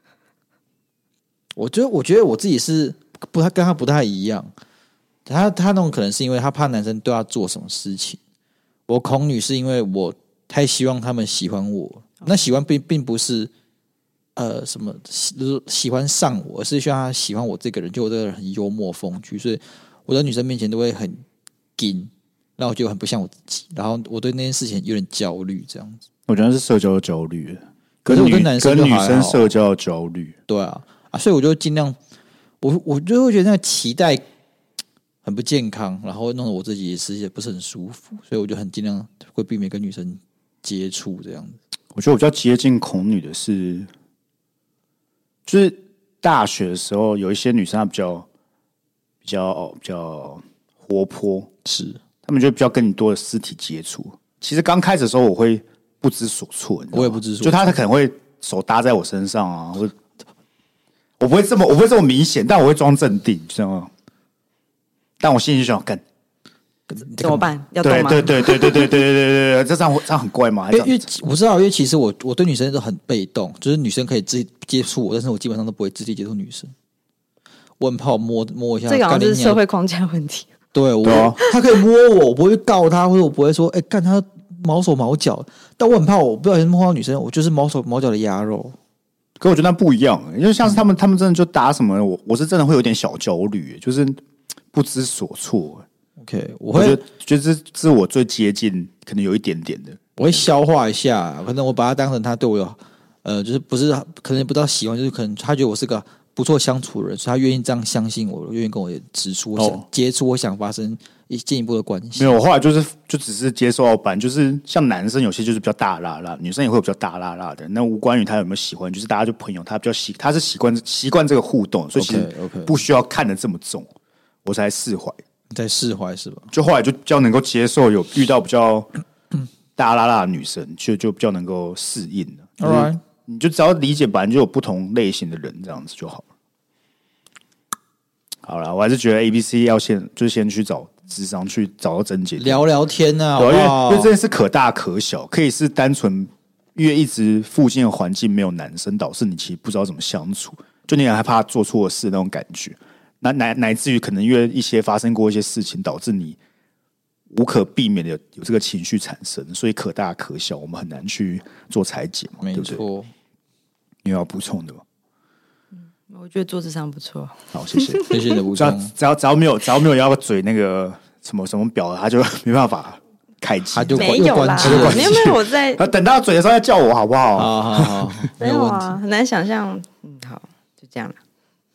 我觉得，我觉得我自己是不太跟他不太一样。他他那种可能是因为他怕男生对他做什么事情。我恐女是因为我太希望他们喜欢我，那喜欢并并不是呃什么喜欢上我，而是希望他喜欢我这个人，就我这个人很幽默风趣，所以我在女生面前都会很硬，让我觉得很不像我自己，然后我对那件事情有点焦虑，这样子。 我觉得是社交焦虑， 可是我跟男生跟女生社交焦虑， 对啊啊，所以我就尽量，我我就会觉得那个期待很不健康，然后弄得我自己也是也不是很舒服，所以我就很尽量会避免跟女生接触这样子。 我觉得我比较接近恐女的是，就是大学的时候有一些女生她比较比较比较活泼， 是她们就比较跟你多的肢体接触。其实刚开始的时候我会不知所措， 我也不知所措， 就她可能会手搭在我身上啊，或我不会这么我不会这么明显，但我会装镇定，就这样。但我心里就想干。 怎么办？要动吗？ 对对对对对对对对对对，这样这样很怪吗？ 因为因为我知道，因为其实我我对女生都很被动，就是女生可以自己接触我，但是我基本上都不会直接接触女生。我很怕我摸摸一下， 这个好像就是社会框架问题。 对我，啊、他可以摸我，我不会告他，或者我不会说，哎、欸，干他毛手毛脚。但我很怕，我不小心摸到女生，我就是毛手毛脚的鸭肉。 可我觉得那不一样，因为像是他们，他们真的就打什么，我我是真的会有点小焦虑，就是不知所措。 OK， 我会我觉得觉得这是我最接近，可能有一点点的， 我会消化一下，可能我把他当成他对我有，呃，就是不是可能不到喜欢，就是可能他觉得我是个不错相处的人，所以他愿意这样相信我，愿意跟我指出我想、哦、接触，我想发生进一步的关系。 没有，我后来就是就只是接受到班，就是像男生有些就是比较大辣辣，女生也会有比较大辣辣的，那无关于他有没有喜欢，就是大家就朋友，他比较习他是习惯习惯这个互动，所以其实不需要看得这么重，我才释怀。 在释怀是吧？ 就后来就比较能够接受，有遇到比较大拉拉的女生，就就比较能够适应了。 All right， 你就只要理解，本来就有不同类型的人，这样子就好了。好了，我还是觉得 A B C 要先就先去找諮商，去找到症结点， 聊聊天啊， 对， 好不好？ 因为因为这件事可大可小，可以是单纯因为一直附近的环境没有男生，导致你其实不知道怎么相处，就你很害怕做错事那种感觉。那乃乃至于可能因为一些发生过一些事情，导致你无可避免的有有这个情绪产生，所以可大可小，我们很难去做裁剪嘛， 没对不对？ 错。 你有要补充的吗？ 我觉得做智商不错。 好，谢谢， 谢谢你的补只要充。 只要只要没有只要没有要嘴那个什么什么表的，他就没办法开机， 他就没有啦， 就关机没有没有，我在他等到嘴的时候再叫我好不好？ 好好好，没有问题。 啊，很难想象。嗯，好，就这样了。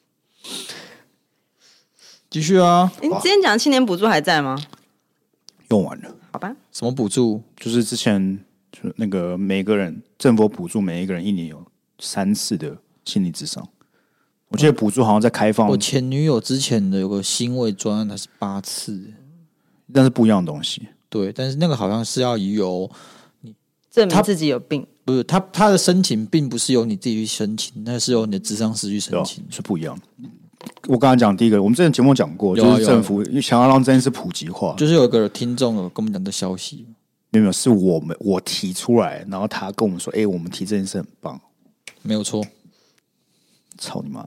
继续啊！ 你之前讲青年补助还在吗？ 用完了。 好吧， 什么补助？ 就是之前就那个每个人政府补助每一个人一年有三次的心理咨商，我记得补助好像在开放， 我前女友之前的有个新卫专案，它是八次， 但是不一样的东西。 对，但是那个好像是要由证明自己有病， 不是他他的申请并不是由你自己去申请，那是由你的咨商师去申请， 是不一样的。我刚才讲第一个，我们之前节目讲过， 有啊就是政府想要让这件事普及化， 就是有一个听众有跟我们讲这消息， 没有没有，是我们我提出来，然后他跟我们说，哎、欸，我们提这件事很棒， 没有错。 操你妈！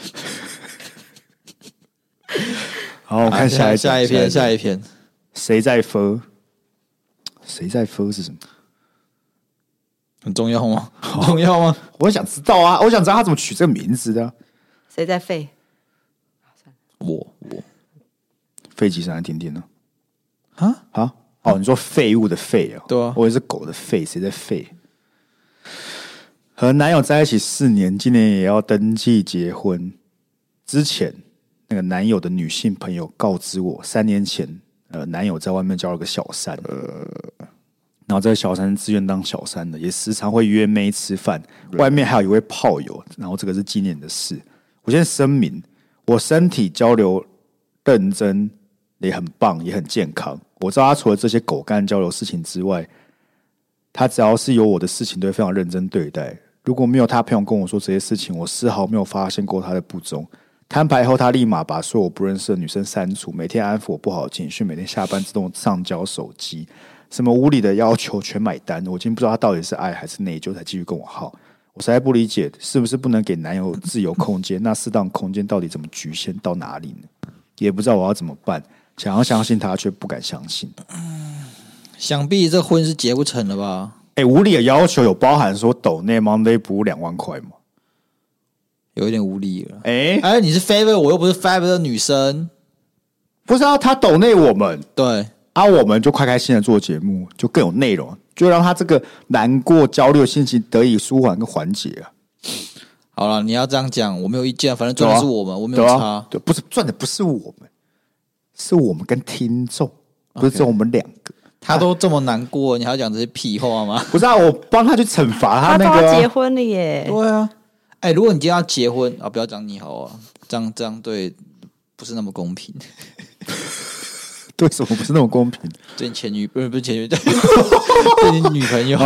好，我看下一下一篇，下一篇， 谁在分？谁在分是什么？ 很重要吗？很重要吗？ 我想知道啊，我想知道他怎么取这个名字的、啊。 谁在废？ 我我废几声来听听呢？ 啊啊哦，你说废物的废啊？ 对啊， 我也是狗的废，谁在废？和男友在一起四年，今年也要登记结婚。之前那个男友的女性朋友告知我，三年前呃，男友在外面交了个小三，呃，然后这个小三自愿当小三的，也时常会约妹吃饭，外面还有一位炮友，然后这个是今年的事。我先声明，我身体交流认真，也很棒，也很健康。我知道他除了这些狗干交流事情之外，他只要是有我的事情，都会非常认真对待。如果没有他朋友跟我说这些事情，我丝毫没有发现过他的不忠。摊牌后，他立马把所有我不认识的女生删除，每天安抚我不好的情绪，每天下班自动上交手机，什么无理的要求全买单。我已经不知道他到底是爱还是内疚，才继续跟我耗。我实在不理解，是不是不能给男友自由空间？那适当空间到底怎么局限到哪里呢？也不知道我要怎么办。想要相信他，却不敢相信。 想必这婚是结不成了吧？ 哎、欸，无理的要求有包含说抖内 Monday 补两万块吗？ 有一点无理了。 哎、欸、 哎，你是 favor 我又不是 favor 的女生， 不是啊？他抖内我们， 对啊，我们就开开心的做节目，就更有内容，就让他这个难过、焦虑的心情得以舒缓跟缓解啊。 好了，你要这样讲，我没有意见，反正赚的是我们，啊、我没有差。 对，不是赚的不是我们，是我们跟听众，不是只有我们两个。 他都这么难过，你还要讲这些屁话吗？ 不是啊，我帮他去惩罚他那个、啊。 他都要结婚了耶。 对啊，哎、欸，如果你今天要结婚啊，不要讲你好啊，这样这样对不是那么公平。 对什么不是那么公平？ 对你前女不是不是前女，对你女朋友。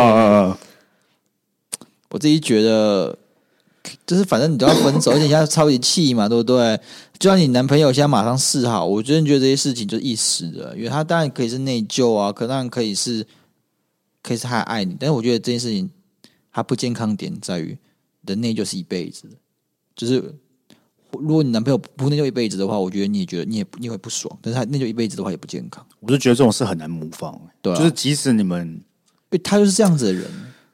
我自己觉得，就是反正你都要分手，而且现在超级气嘛，对不对？就像你男朋友现在马上示好，我真的觉得这些事情就是一时的，因为他当然可以是内疚啊，可当然可以是，可以是他爱你，但是我觉得这件事情它不健康点在于，你的内疚是一辈子的，就是如果你男朋友不内疚一辈子的话，我觉得你也觉得你也你也会不爽，但是他内疚一辈子的话也不健康。 我就觉得这种事很难模仿， 对、啊， 就是即使你们， 因为他就是这样子的人。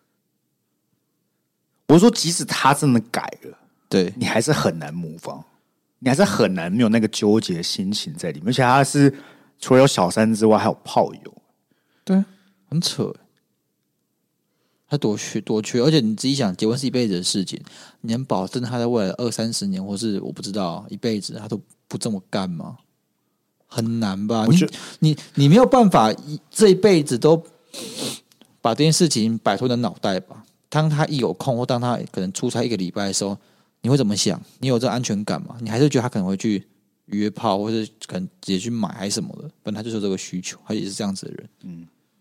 我说，即使他真的改了， 对你还是很难模仿，你还是很难没有那个纠结的心情在里面。而且他是除了有小三之外，还有炮友， 对，很扯。他多缺多缺，而且你自己想，结婚是一辈子的事情，你能保证他在未来二三十年，或是我不知道一辈子，他都不这么干吗？很难吧？你你你没有办法这一辈子都把这件事情摆脱你的脑袋吧？当他一有空，或当他可能出差一个礼拜的时候，你会怎么想？你有这安全感吗？你还是觉得他可能会去约炮，或者可能直接去买还是什么的？本来他就是有这个需求，他也是这样子的人。嗯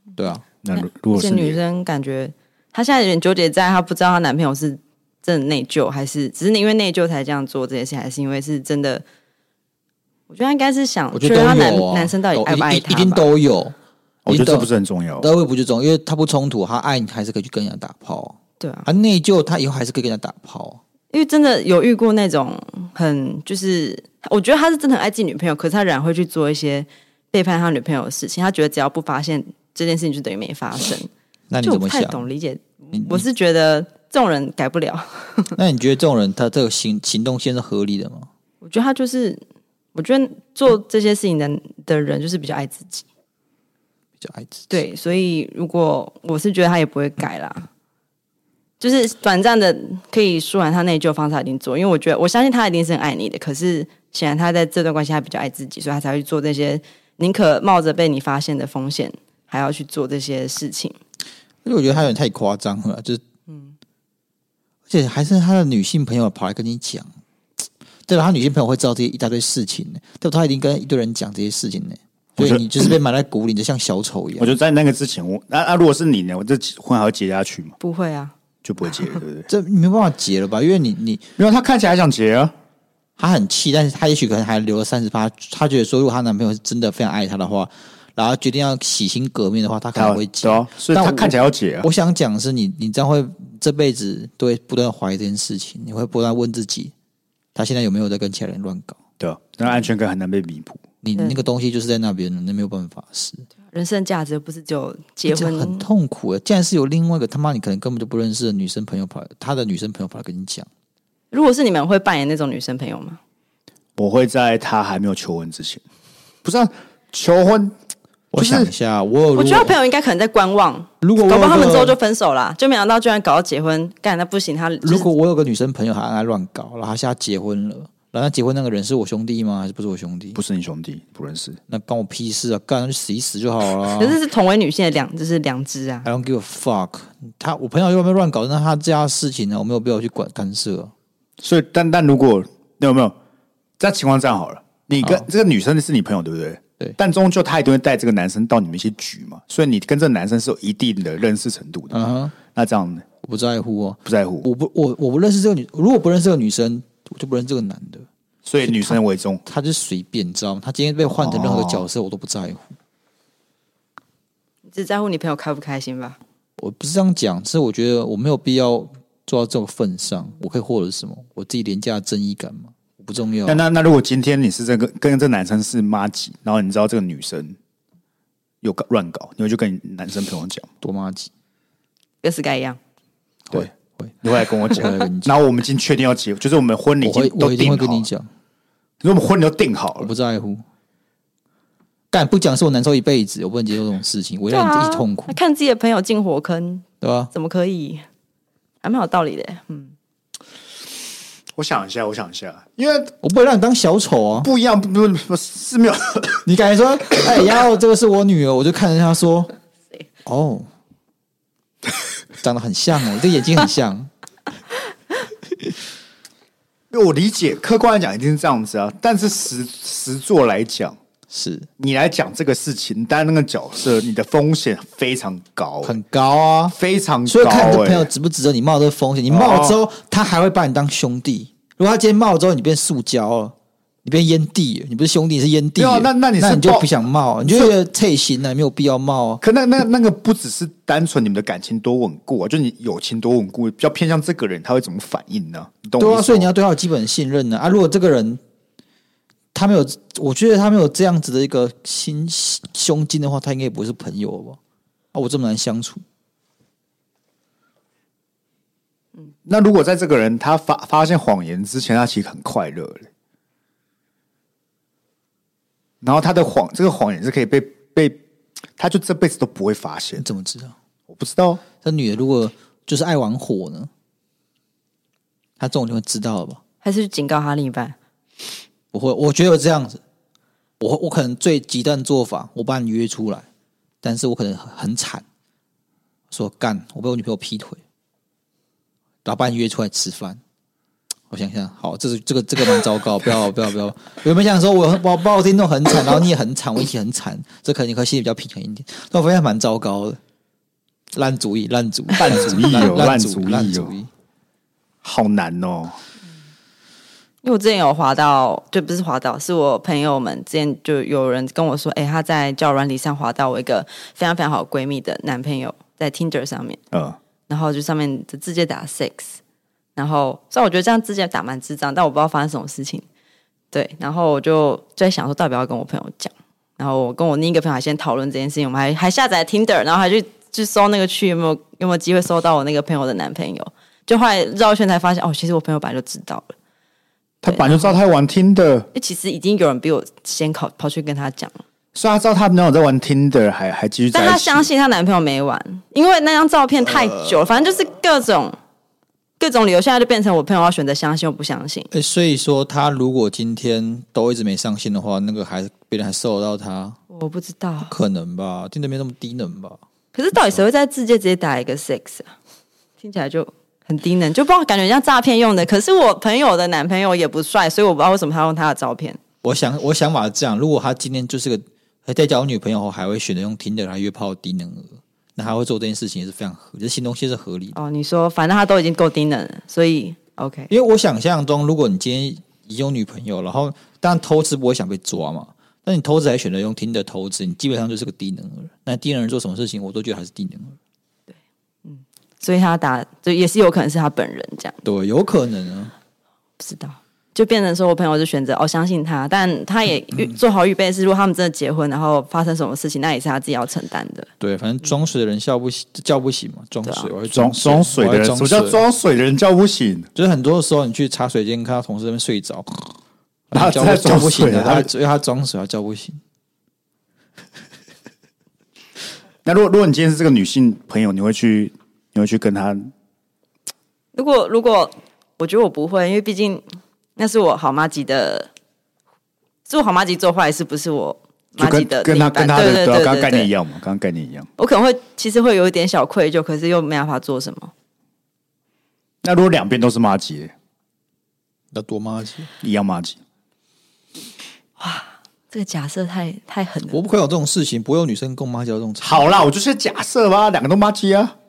对啊， 那如果是女生感觉她现在有点纠结，在她不知道她男朋友是真的内疚，还是只是因为内疚才这样做这件事，还是因为是真的？我觉得应该是想， 我觉得都有、啊、 男男生到底爱不爱他， 一定都有。 我觉得这不是很重要， 都不是重要，因为他不冲突，他爱你还是可以去跟人家打炮。 对啊， 他内疚，他以后还是可以跟人家打炮。 因为真的有遇过那种很，就是我觉得他是真的很爱自己女朋友，可是他仍然会去做一些背叛他女朋友的事情。他觉得只要不发现这件事情，就等于没发生。 那你怎么想？ 就我不太懂理解，我是觉得这种人改不了。 那你觉得这种人他这个行行动线是合理的吗？ 我觉得他就是，我觉得做这些事情的的人就是比较爱自己。 比较爱自己。 对，所以如果我是觉得他也不会改啦，就是短暂的可以舒缓他内疚的方式，他一定做。因为我觉得我相信他一定是很爱你的，可是显然他在这段关系他比较爱自己，所以他才会做这些宁可冒着被你发现的风险，还要去做这些事情。 因为我觉得他有点太夸张了，就是嗯，而且还是他的女性朋友跑来跟你讲，对吧？他女性朋友会知道这些一大堆事情呢，对吧？他一定跟一堆人讲这些事情呢。所以你就是被埋在鼓里，就像小丑一样。 我觉得在那个之前，我那那、啊、如果是你呢？我这婚还要结下去吗？ 不会啊， 就不会结了，对不对？ 这没办法结了吧？因为你你没有他看起来还想结啊， 他很气，但是他也许可能还留了三十八。他觉得说，如果她男朋友是真的非常爱她的话，然后决定要洗心革面的话，他可能会结。 啊、所以他看起来要结啊。 我, 我想讲的是你，你这样会这辈子都会不断怀疑这件事情，你会不断问自己，他现在有没有在跟其他人乱搞？ 对啊，那安全感很难被弥补。 你那个东西就是在那边了，那没有办法是。 人生价值不是只有结婚， 很痛苦的。既然是有另外一个他妈你可能根本就不认识的女生朋友跑来，他的女生朋友跑来跟你讲。 如果是你们会扮演那种女生朋友吗？ 我会在他还没有求婚之前，不是、啊、求婚。 我想一下，我有我觉得朋友应该可能在观望， 如果我搞不好他们之后就分手啦，就没想到居然搞到结婚，干那不行。他、就是、 如果我有个女生朋友，她爱乱搞，然后她现在结婚了。然后结婚那个人是我兄弟吗？还是不是我兄弟？ 不是你兄弟，不认识。 那关我屁事啊！干就死一死就好了。 可是是同为女性的两，就是两只啊。 I don't give a fuck。他我朋友有没有乱搞？那他家的事情呢？我没有必要去管干涉。 所以，但但如果有没有这样情况这样好了，你跟这个女生是你朋友对不对？ 对。 但终究他一定会带这个男生到你们一些局嘛，所以你跟这个男生是有一定的认识程度的。嗯哼。那这样呢？ 我不在乎哦， 不在乎。 我不我我不认识这个女，如果不认识这个女生，我就不认识这个男的。 所以女生为重， 他就随便，你知道吗？他今天被换成任何角色，我都不在乎。 你只在乎你朋友开不开心吧？ 我不是这样讲，是我觉得我没有必要做到这个份上。我可以获得什么？我自己廉价的正义感吗？我不重要。 那那那如果今天你是这个跟这个男生是麻吉，然后你知道这个女生有搞乱搞，你会就跟你男生朋友讲， 多麻吉， 跟 Sky 一样， 对，会你会来跟我讲。然后我们已经确定要结，就是我们婚礼已经都定好了，我一定会跟你讲。如果我们婚礼都定好了， 我不在乎。干不讲是我难受一辈子，我不能接受这种事情，我让你一起痛苦。 啊、看自己的朋友进火坑， 对吧？ 怎么可以？还蛮有道理的。嗯， 我想一下，我想一下，因为我不会让你当小丑啊， 不一样，不不不是没有。 你感觉说，哎，然后这个是我女儿，我就看着她说，哦，长得很像哦，这眼睛很像。 我理解，客观来讲一定是这样子啊，但是实实作来讲， 是你来讲这个事情，担任那个角色，你的风险非常高、欸， 很高啊， 非常高、欸。 所以看你的朋友值不值得你冒这个风险。你冒了之后，哦、他还会把你当兄弟。如果他今天冒了之后，你变塑胶了，你变烟蒂，你不是兄弟，是烟蒂。 那那你那你就不想冒，你就觉得退行了，没有必要冒啊。 可那那那个不只是单纯你们的感情多稳固啊，就你友情多稳固，比较偏向这个人他会怎么反应呢？你懂我意思吗？ 对啊，所以你要对他有基本信任呢啊。如果这个人他没有，我觉得他没有这样子的一个心胸襟的话，他应该也不会是朋友吧？啊，我这么难相处。 嗯，那如果在这个人他发发现谎言之前，他其实很快乐的。然后他的谎，这个谎言是可以被被，他就这辈子都不会发现。 你怎么知道？ 我不知道。 这女的如果就是爱玩火呢？他这种就会知道了吧？ 还是警告他另一半？ 不会，我觉得这样子，我我可能最极端做法，我把你约出来，但是我可能很惨，说干，我被我女朋友劈腿，然后把你约出来吃饭， 我想想，好，这是这个这个蛮糟糕，不要不要不要。有没有想说我我把我听众很惨，然后你也很惨，我一起很惨，这可能你可心里比较平衡一点。但我发现蛮糟糕的，烂主意，烂主意， 烂主意哦，烂主意哦， 烂主意， 好难哦。 因为我之前有滑到，就不是滑到，是我朋友们之前就有人跟我说，哎、欸，他在交友软体上滑到我一个非常非常好的闺蜜的男朋友，在 Tinder 上面，嗯，然后就上面就直接打 sex。然后虽然我觉得这样直接打蛮智障，但我不知道发生什么事情。对，然后我就在想说，到底要跟我朋友讲。然后我跟我另一个朋友还先讨论这件事情，我们还还下载 Tinder， 然后还去去搜那个区有没有有没有机会搜到我那个朋友的男朋友。就后来绕一圈才发现，哦，其实我朋友本来就知道了。 他本来就知道他在玩 Tinder， 其实已经有人比我先跑跑去跟他讲了。 所以他知道他男友在玩 Tinder， 还还继续在一起。 但他相信他男朋友没玩，因为那张照片太久了，反正就是各种。各种理由，现在就变成我朋友要选择相信或不相信。 欸、所以说，他如果今天都一直没上线的话，那个还别人还收得到他？ 我不知道， 不可能吧？听得没那么低能吧？ 可是到底谁会在字界直接打一个 sex 啊？听起来就很低能，就不知道感觉像诈骗用的。可是我朋友的男朋友也不帅，所以我不知道为什么他用他的照片。 我想，我想法是这样：如果他今天就是个在交女朋友后，还会选择用Tinder来约炮的低能儿。那他会做这件事情也是非常合理，这新东西是合理的。 哦，你说反正他都已经够低能了，所以 OK。 因为我想象中，如果你今天已经有女朋友，然后当然偷吃不会想被抓嘛，但你偷吃还选择用Tinder偷吃，你基本上就是个低能儿。那低能儿做什么事情，我都觉得还是低能儿。 对，嗯，所以他打就也是有可能是他本人这样。 对，有可能啊， 不知道。就变成说我朋友就选择哦相信他，但他也做好预备，是如果他们真的结婚，然后发生什么事情，那也是他自己要承担的。 对，反正装水的人笑不醒，叫不醒嘛，装水，我会装装水的人，什么叫装水的人叫不醒？ 就是很多时候你去茶水间看到同事在那边睡着， 他叫叫不醒的，他因为他装水，他叫不醒。 那如果如果你今天是这个女性朋友，你会去你会去跟他？ 如果如果我觉得我不会，因为毕竟。那是我好妈吉的，是我好妈吉做坏事，不是我妈吉的跟他跟他的对对对对刚刚概念一样嘛，刚刚概念一样。 我可能会其实会有一点小愧疚，可是又没办法做什么。 那如果两边都是妈吉， 要多妈吉， 一样妈吉。 哇，这个假设太太狠了。 我不可能有这种事情，不会有女生跟妈吉这种。 好啦，我就是假设吧，两个都妈吉啊。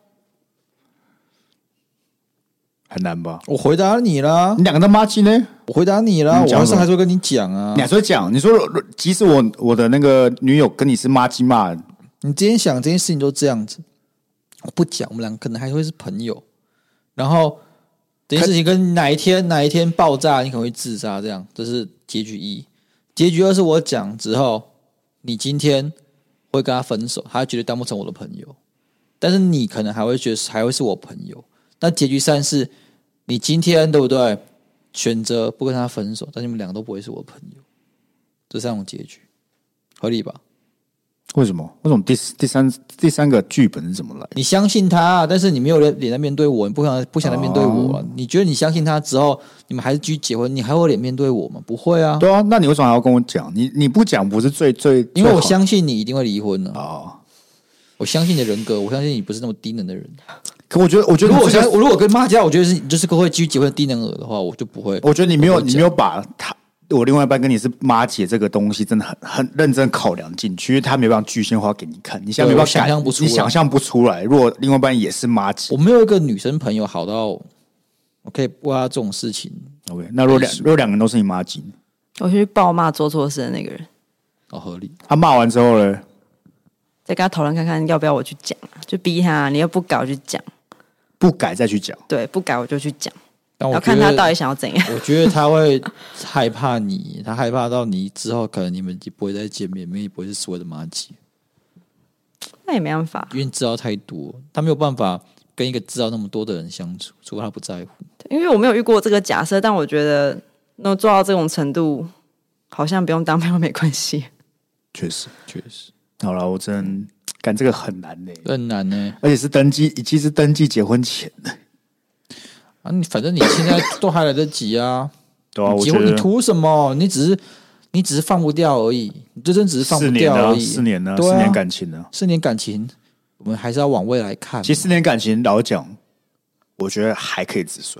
很难吧？ 我回答你啦， 你两个都妈鸡呢？ 我回答你啦，我还是还是会跟你讲啊。 你还是会讲，你说即使我我的那个女友跟你是妈鸡嘛， 你今天想这件事情都这样子，我不讲，我们俩可能还会是朋友。然后这件事情跟哪一天哪一天爆炸，你可能会自杀，这样这是结局一。结局二是我讲之后，你今天会跟他分手，他绝对当不成我的朋友，但是你可能还会觉得还会是我朋友。那结局三是，你今天对不对？选择不跟他分手，但你们两个都不会是我的朋友，这三种结局合理吧？ 为什么？为什么第第三第三个剧本是怎么来？ 你相信他，但是你没有脸来面对我，你不想不想来面对我、啊哦？你觉得你相信他之后，你们还是继续结婚，你还会有脸面对我吗？不会啊。 对啊，那你为什么还要跟我讲？你你不讲不是最最？ 因为我相信你一定会离婚的啊、 哦！ 我相信你的人格，我相信你不是那么低能的人。 可我觉得，我觉得如果我相，我如果跟妈家，我觉得是你就是个会继续结婚的低能儿的话，我就不会。 我觉得你没有，你没有把他我另外一半跟你是妈姐这个东西，真的很很认真考量进去，因为他没办法具象化给你看，你现在没办法想象不出来， 你想象不出来。如果另外一半也是妈姐， 我没有一个女生朋友好到我可以为她这种事情。 OK， 那如果两如果两个人都是你妈姐， 我去暴骂做错事的那个人， 哦，合理。 他骂完之后呢？ 再跟他讨论看看要不要我去讲，就逼他，你要不改我就讲， 不改再去讲， 对，不改我就去讲， 但我要看他到底想要怎样。 我觉得他会害怕你，他害怕到你之后，可能你们就不会再见面，因为你不会是所谓的妈鸡。 那也没办法， 因为你知道太多，他没有办法跟一个知道那么多的人相处，除非他不在乎。 因为我没有遇过这个假设，但我觉得能做到这种程度，好像不用当朋友没关系。 确实， 确实。 好了，我真感这个很难呢、 欸，很难呢、欸， 而且是登记，已经是登记结婚前的啊！你反正你现在都还来得及啊， 对啊， 结婚你图什么？你只是你只是放不掉而已，你就真只是放不掉而已。 四年呢、啊， 四年、啊、 四年感情呢、啊， 四年感情，我们还是要往未来看。 其实四年感情，老讲，我觉得还可以止损，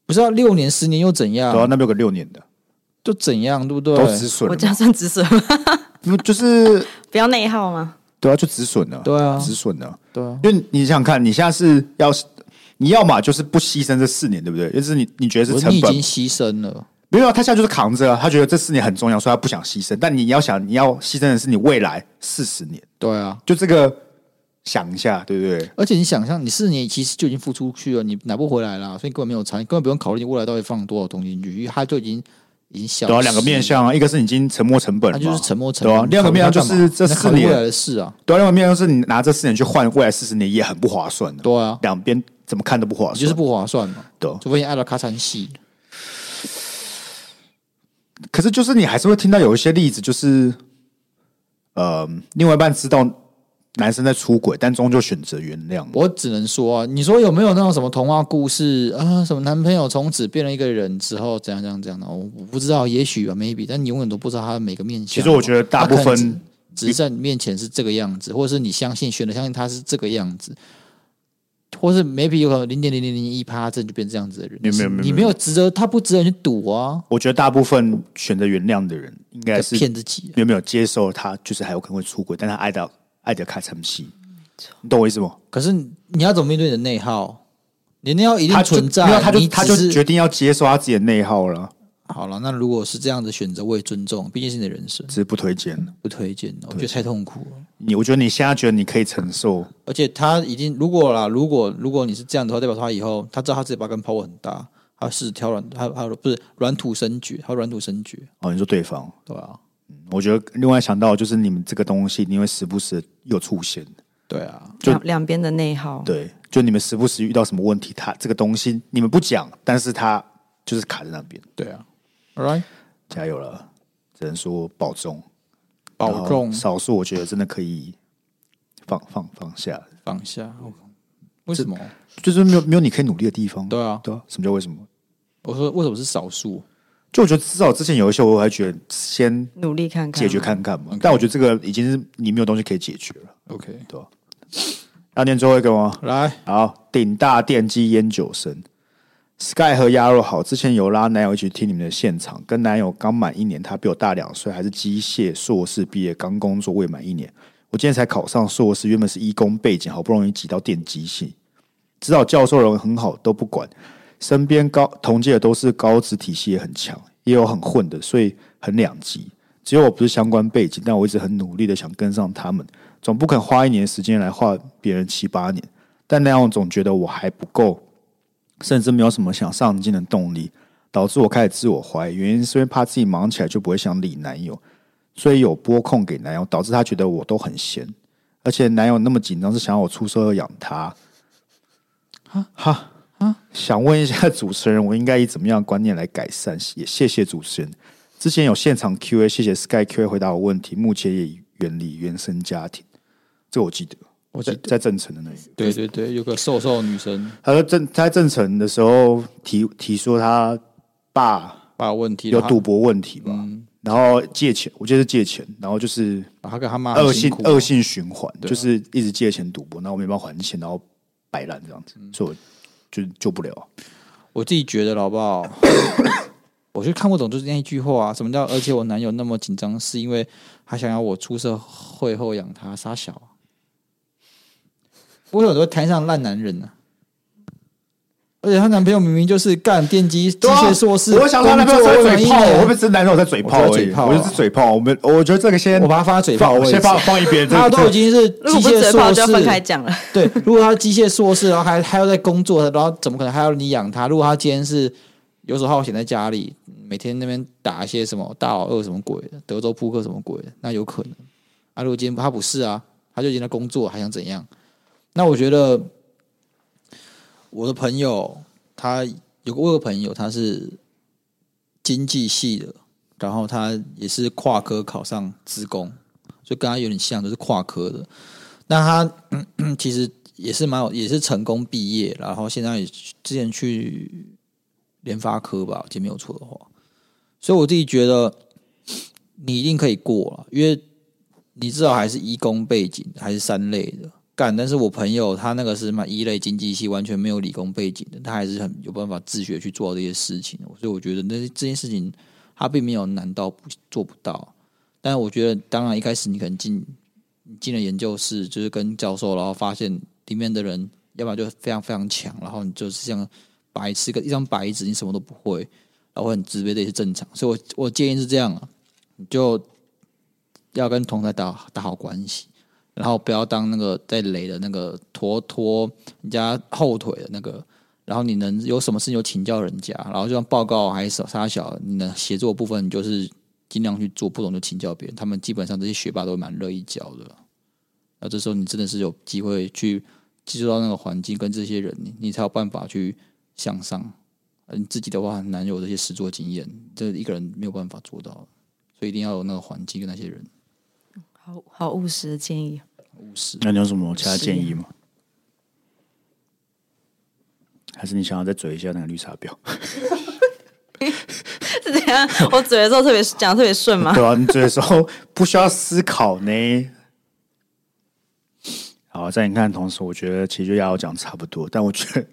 不是要六年十年又怎样？ 对啊，那边有个六年的， 就怎样，对不对？ 都止损了。 我家算止损吗？ 就是不要内耗吗？ 对啊，就止损了。 对啊， 止损了。 对啊， 因为你想想看，你现在是要，你要嘛就是不牺牲这四年，对不对？就是你你觉得是成本， 你已经牺牲了。 没有啊，他现在就是扛着啊，他觉得这四年很重要，所以他不想牺牲。但你要想，你要牺牲的是你未来四十年。 对啊， 就这个想一下，对不对？ 而且你想象，你四年其实就已经付出去了，你拿不回来啦，所以根本没有差，你根本不用考虑你未来到底放多少东西进去，因为它就已经已经消失了。 对啊，两个面向啊，一个是你已经沉没成本了， 它就是沉没成本。 对啊，另一个面向就是这四年未来的事啊。 对啊，另一个面向就是你拿这四年去换未来四十年，也很不划算的。 对啊， 两边怎么看都不划算， 就是不划算嘛。 对， 除非你爱到卡惨戏。 可是就是你还是会听到有一些例子，就是呃，另外一半知道男生在出轨，但终究选择原谅。 我只能说啊，你说有没有那种什么童话故事啊？什么男朋友从此变了一个人之后怎样怎样怎样的？我我不知道，也许吧 ，maybe， 但你永远都不知道他的每个面向。 其实我觉得大部分只只是在你面前是这个样子，或者是你相信选择相信他是这个样子。或是 maybe 有可能零点零零零一趴，真就变这样子的人， 没有没有没有， 你没有值得，他不值得你去赌啊。 我觉得大部分选择原谅的人，应该是骗自己， 没有没有接受他，就是还有可能会出轨，但他爱到爱的开成戏，你懂我意思吗？ 可是你要怎么面对你的内耗？你内耗一定存在， 没有他就他就是决定要接受他自己的内耗了。 好了，那如果是这样的选择，我也尊重，毕竟是你的人生， 只是不推荐， 不推荐，我觉得太痛苦了。 你我觉得你现在觉得你可以承受， 而且他已经如果啦，如果如果你是这样的话，代表他以后他知道他自己把根抛很大，他是挑软，他他不是软土生绝，他软土生绝。 哦，你说对方对啊， 嗯，我觉得另外想到就是你们这个东西，你会时不时又出现。 对啊， 就两边的内耗。 对，就你们时不时遇到什么问题，他这个东西你们不讲，但是他就是卡在那边。 对啊 ，All right。 加油了，只能说保重， 保重。 少数我觉得真的可以放放放下， 放下。为什么？ 就是没有没有你可以努力的地方。 对啊， 对啊。什么叫为什么？ 我说为什么是少数？ 就我觉得至少之前有一些，我还觉得先努力看看解决看看嘛。Okay. 但我觉得这个已经是你没有东西可以解决了。 OK， 对吧？要念最后一个吗？ 来， 好，顶大电机烟酒声。Sky 和鸭肉好，之前有拉男友一起听你们的现场，跟男友刚满一年，他比我大两岁，还是机械硕士毕业，刚工作未满一年。我今天才考上硕士，原本是医工背景，好不容易挤到电机系，指导教授人很好，都不管。身边高同届的都是高职体系也很强，也有很混的，所以很两极。只有我不是相关背景，但我一直很努力的想跟上他们，总不肯花一年的时间来画别人七八年，但那样总觉得我还不够。甚至没有什么想上进的动力，导致我开始自我怀疑。原因是因为怕自己忙起来就不会想理男友，所以有拨空给男友，导致他觉得我都很闲。而且男友那么紧张，是想要我出社会养他。哈哈啊！想问一下主持人，我应该以怎么样的观念来改善？也谢谢主持人。之前有现场 Q A， 谢谢 Sky Q A 回答我问题。目前也远离原生家庭，这个我记得。 我在在郑成的那里， 对对对，有个瘦瘦的女生， 她在郑她在郑成的时候提提说她爸爸有问题， 有赌博问题吧，嗯、然后借钱，我记得是借钱，然后就是他跟他妈恶性恶性循环，就是一直借钱赌博，然后没办法还钱，然后摆烂这样子，嗯、所以我就救不了。 我自己觉得好不好？我就看不懂，就是那一句话、啊，什么叫？而且我男友那么紧张，是因为他想要我出社会后养他，傻小。为什么都会摊上烂男人呢、啊？而且她男朋友明明就是干电机机械硕士， 我想说男朋友在嘴炮，我会不会是男朋友在嘴炮？ 嘴炮， 我就是嘴炮。我们我觉得这个先， 我把他放在嘴炮， 先放放一边。 他都已经是机械硕士， 就分开讲了。 对，如果他机械硕士，然后还还要在工作，然后怎么可能还要你养他？如果他今天是游手好闲在家里，每天那边打一些什么大老二什么鬼的，德州扑克什么鬼的，那有可能。啊，如果今天他不是啊，他就已经在工作，还想怎样？那我觉得我的朋友，他有个我有个朋友，他是经济系的，然后他也是跨科考上资工，就跟他有点像，都是跨科的。那他、嗯、其实也是蛮有，也是成功毕业，然后现在也之前去联发科吧，我记得没有错的话。所以我自己觉得你一定可以过了，因为你至少还是医工背景，还是三类的。 干，但是我朋友他那个是嘛一类经济系，完全没有理工背景的，他还是很有办法自学去做这些事情，所以我觉得那这件事情他并没有难到不做不到。但我觉得，当然一开始你可能进进了研究室，就是跟教授，然后发现里面的人，要不然就非常非常强，然后你就是像白痴个一张白纸，你什么都不会，然后很自卑，这也是正常。所以我我建议是这样啊，你就要跟同台打打好关系。然后不要当那个在雷的那个拖拖人家后腿的那个，然后你能有什么事情就请教人家，然后就像报告还是啥小，你的协作部分你就是尽量去做，不懂就请教别人，他们基本上这些学霸都蛮乐意教的。然后这时候你真的是有机会去接触到那个环境跟这些人，你你才有办法去向上。你自己的话很难有这些实作经验，这一个人没有办法做到，所以一定要有那个环境跟那些人。 好好务实的建议。 务实。 那你有什么其他建议吗？还是你想要再嘴一下那个绿茶婊？ 是这样？我嘴的时候特别讲特别顺吗？ 对啊，你嘴的时候不需要思考呢。好，在你看的同时，我觉得其实就要我讲差不多，但我觉得，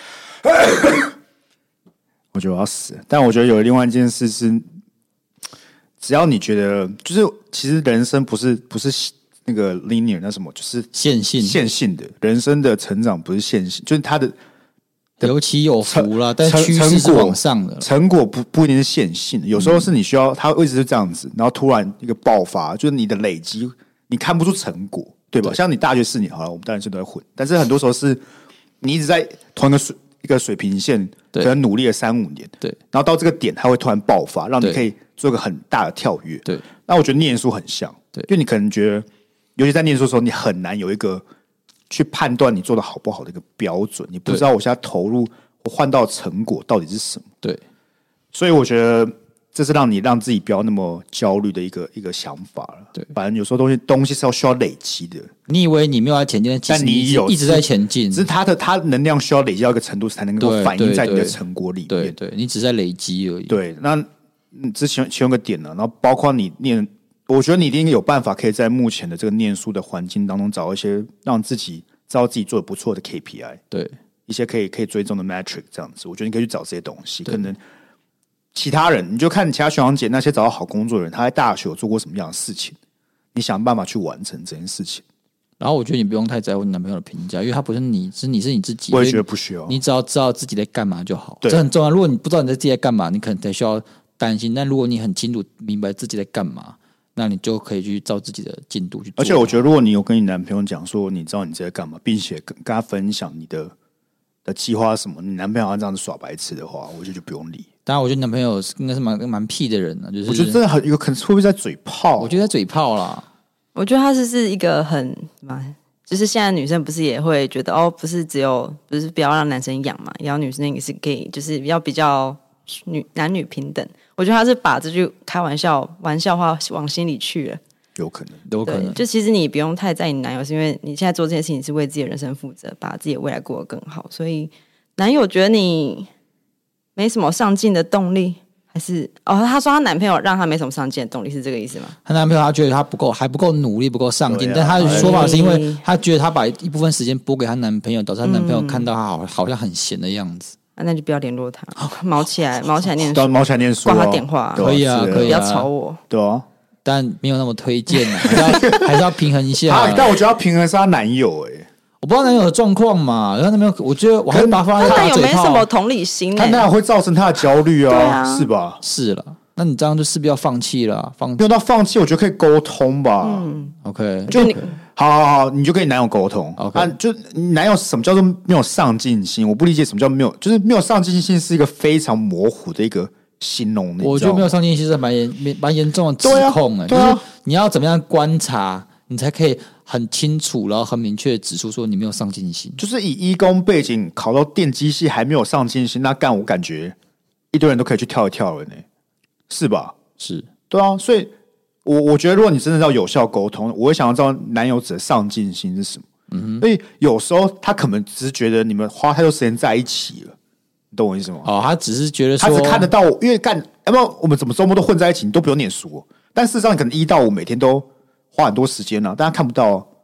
我觉得我要死了。但我觉得有另外一件事是，只要你觉得，就是其实人生不是不是那个 linear 那什么，就是线性线性的人生的成长不是线性，就是它的有起有伏啦，但趋势是往上的， 成果不不一定是线性的，有时候是你需要它一直是这样子，然后突然一个爆发，就是你的累积，你看不出成果，对吧？对，像你大学四年好了，我们当然是都在混，但是很多时候是你一直在同一个水一个水平线，可能努力了三五年， 对， 然后到这个点，它会突然爆发，让你可以做一个很大的跳跃。 对， 那我觉得念书很像， 对， 因为你可能觉得，尤其在念书的时候，你很难有一个去判断你做的好不好的一个标准，你不知道我现在投入我换到成果到底是什么。 对， 所以我觉得这是让你让自己不要那么焦虑的一个一个想法了。 对， 反正有时候东西东西是要需要累积的。 你以为你没有在前进， 但你有一直在前进， 只是它的它能量需要累积到一个程度，才能够反映在你的成果里面。 对 对, 对，你只是在累积而已。 对，那之前其中一个点呢，然后包括你念，我觉得你一定有办法可以在目前的这个念书的环境当中找一些让自己知道自己做的不错的 K P I， 对， 一些可以可以追踪的 metric， 这样子，我觉得你可以去找这些东西。可能其他人，你就看其他学长姐那些找到好工作的人，他在大学有做过什么样的事情，你想办法去完成这件事情。 然后我觉得你不用太在乎你男朋友的评价，因为他不是你，是你是你自己。 我也觉得不需要， 你只要知道自己在干嘛就好，这很重要。如果你不知道你自己在干嘛，你可能才需要担心。但如果你很清楚明白自己在干嘛，那你就可以去照自己的进度去做。 而且我觉得，如果你有跟你男朋友讲说你知道你自己在干嘛，并且跟跟他分享你的的计划是什么，你男朋友要这样子耍白痴的话，我觉得就不用理。 当然，我觉得男朋友应该是蛮蛮屁的人啊，就是我觉得真的很有可能会不会在嘴炮？ 我觉得在嘴炮啦。 我觉得他是是一个很什么，就是现在女生不是也会觉得哦，不是只有不是不要让男生养嘛，也要女生也是可以，就是要比较女男女平等。我觉得他是把这句开玩笑玩笑话往心里去了。 有可能， 有可能。 就其实你不用太在意你男友，是因为你现在做这件事情是为自己的人生负责，把自己的未来过得更好。所以男友觉得你没什么上进的动力，还是哦？他说他男朋友让他没什么上进的动力，是这个意思吗？ 他男朋友他觉得他不够，还不够努力，不够上进。啊、但他的说法是因为他觉得他把一部分时间拨给他男朋友，导致他男朋友看到他好、嗯、好像很闲的样子。 啊、那就不要联络他，毛起来，毛起来念书， 毛起来念书、啊， 挂他电话、啊， 可以啊，可以、啊， 不要吵我。 对啊。 但没有那么推荐、啊，还是要还是要平衡一下、啊。 但我觉得要平衡是她男友哎、欸， 我不知道男友的状况嘛，他男朋友，我觉得我还是把他放在他男友没什么同理心、欸， 他男友会造成他的焦虑啊， 啊是吧？ 是了，那你这样就势必要放弃了，放没有到放弃，我觉得可以沟通吧。 嗯 ，OK， 就你好好好，你就跟你男友沟通 ，OK，、 啊、就你男友什么叫做没有上进心？我不理解什么叫没有，就是没有上进心是一个非常模糊的一个。形容我觉得没有上进心是蛮严蛮严重的指控哎、欸， 啊啊、 就是你要怎么样观察，你才可以很清楚，然后很明确的指出说你没有上进心。 就是以医工背景考到电机系还没有上进心，那干我感觉一堆人都可以去跳一跳了呢，是吧？ 是， 对啊，所以我我觉得如果你真的要有效沟通，我会想要知道男友指的上进心是什么。嗯哼，所以有时候他可能只是觉得你们花太多时间在一起了。懂我意思吗？ 哦，他只是觉得说， 他只看得到我，因为干，要不然我们怎么周末都混在一起，你都不用念书、哦。但事实上，可能一到五每天都花很多时间啊，但他看不到、啊，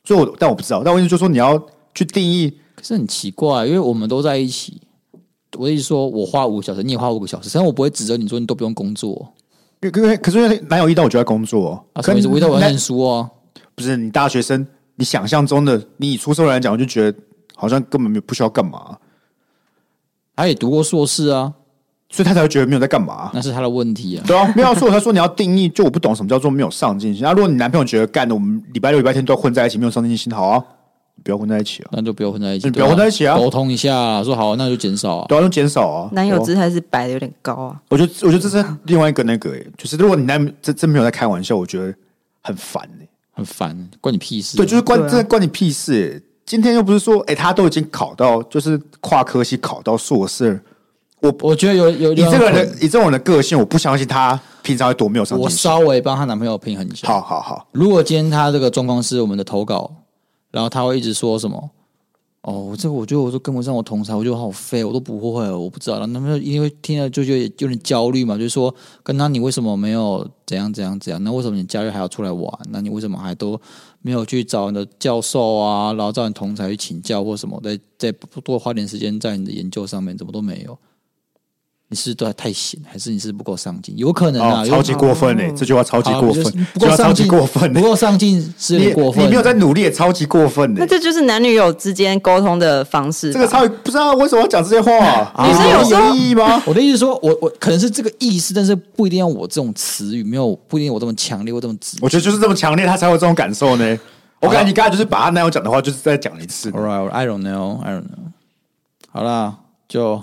所以我但我不知道，但我意思就是说你要去定义， 可是很奇怪，因为我们都在一起。我的意思说，我花五个小时，你也花五个小时，但我不会指责你说你都不用工作。 因为可是因为男友一到我就在工作啊，什么意思？我一到我在念书啊， 不是你大学生，你想象中的你以出社会来讲，我就觉得好像根本没有不需要干嘛。 他也读过硕士啊， 所以他才会觉得没有在干嘛， 那是他的问题啊。 对啊，没有错。他说你要定义，就我不懂什么叫做没有上进心。那、啊、如果你男朋友觉得干的，我们礼拜六、礼拜天都要混在一起，没有上进心，好啊，不要混在一起啊， 那就不要混在一起， 你不要混在一起啊， 沟通一下，说好，那就减少啊， 对啊，就减少啊。 男友姿态是摆的有点高啊， 我觉得，我觉得这是另外一个那个、欸，就是如果你男真真没有在开玩笑，我觉得很烦哎、欸， 很烦，关你屁事、啊。 对，就是关、啊、真的关你屁事哎、欸。今天又不是说，哎、欸，他都已经考到，就是跨科系考到硕士。我我觉得有有以这个人以这种人的个性，我不相信他平常会多没有上进心。 我稍微帮她男朋友平衡一下。 好好好， 如果今天他这个状况是我们的投稿，然后他会一直说什么？哦，这个我觉得我都跟不上我同才，我觉得我好废，我都不会，我不知道。然后男朋友因为听了就觉得有点焦虑嘛，就是说跟他你为什么没有怎样怎样怎样？那为什么你假日还要出来玩？那你为什么还都没有去找你的教授啊，然后找你同才去请教或什么？再再多花点时间在你的研究上面，怎么都没有？你是都太闲，还是你是不够上进？有可能啊， 哦、超级过分哎、欸！这句话超级过分， 不够上进， 过分、欸， 不够上进是有点过分。 你没有在努力，也超级过分的、欸。 那这就是男女友之间沟通的方式。 这个超不知道为什么要讲这些话、啊， 女生有时候有意义吗？ 我的意思说，我我可能是这个意思，但是不一定要我这种词语，没有不一定我这么强烈或这么直。 我觉得就是这么强烈，他才有这种感受呢。我感觉你刚才就是把他男友讲的话，就是再讲一次。 All right, I don't know, I don't know。好啦，就。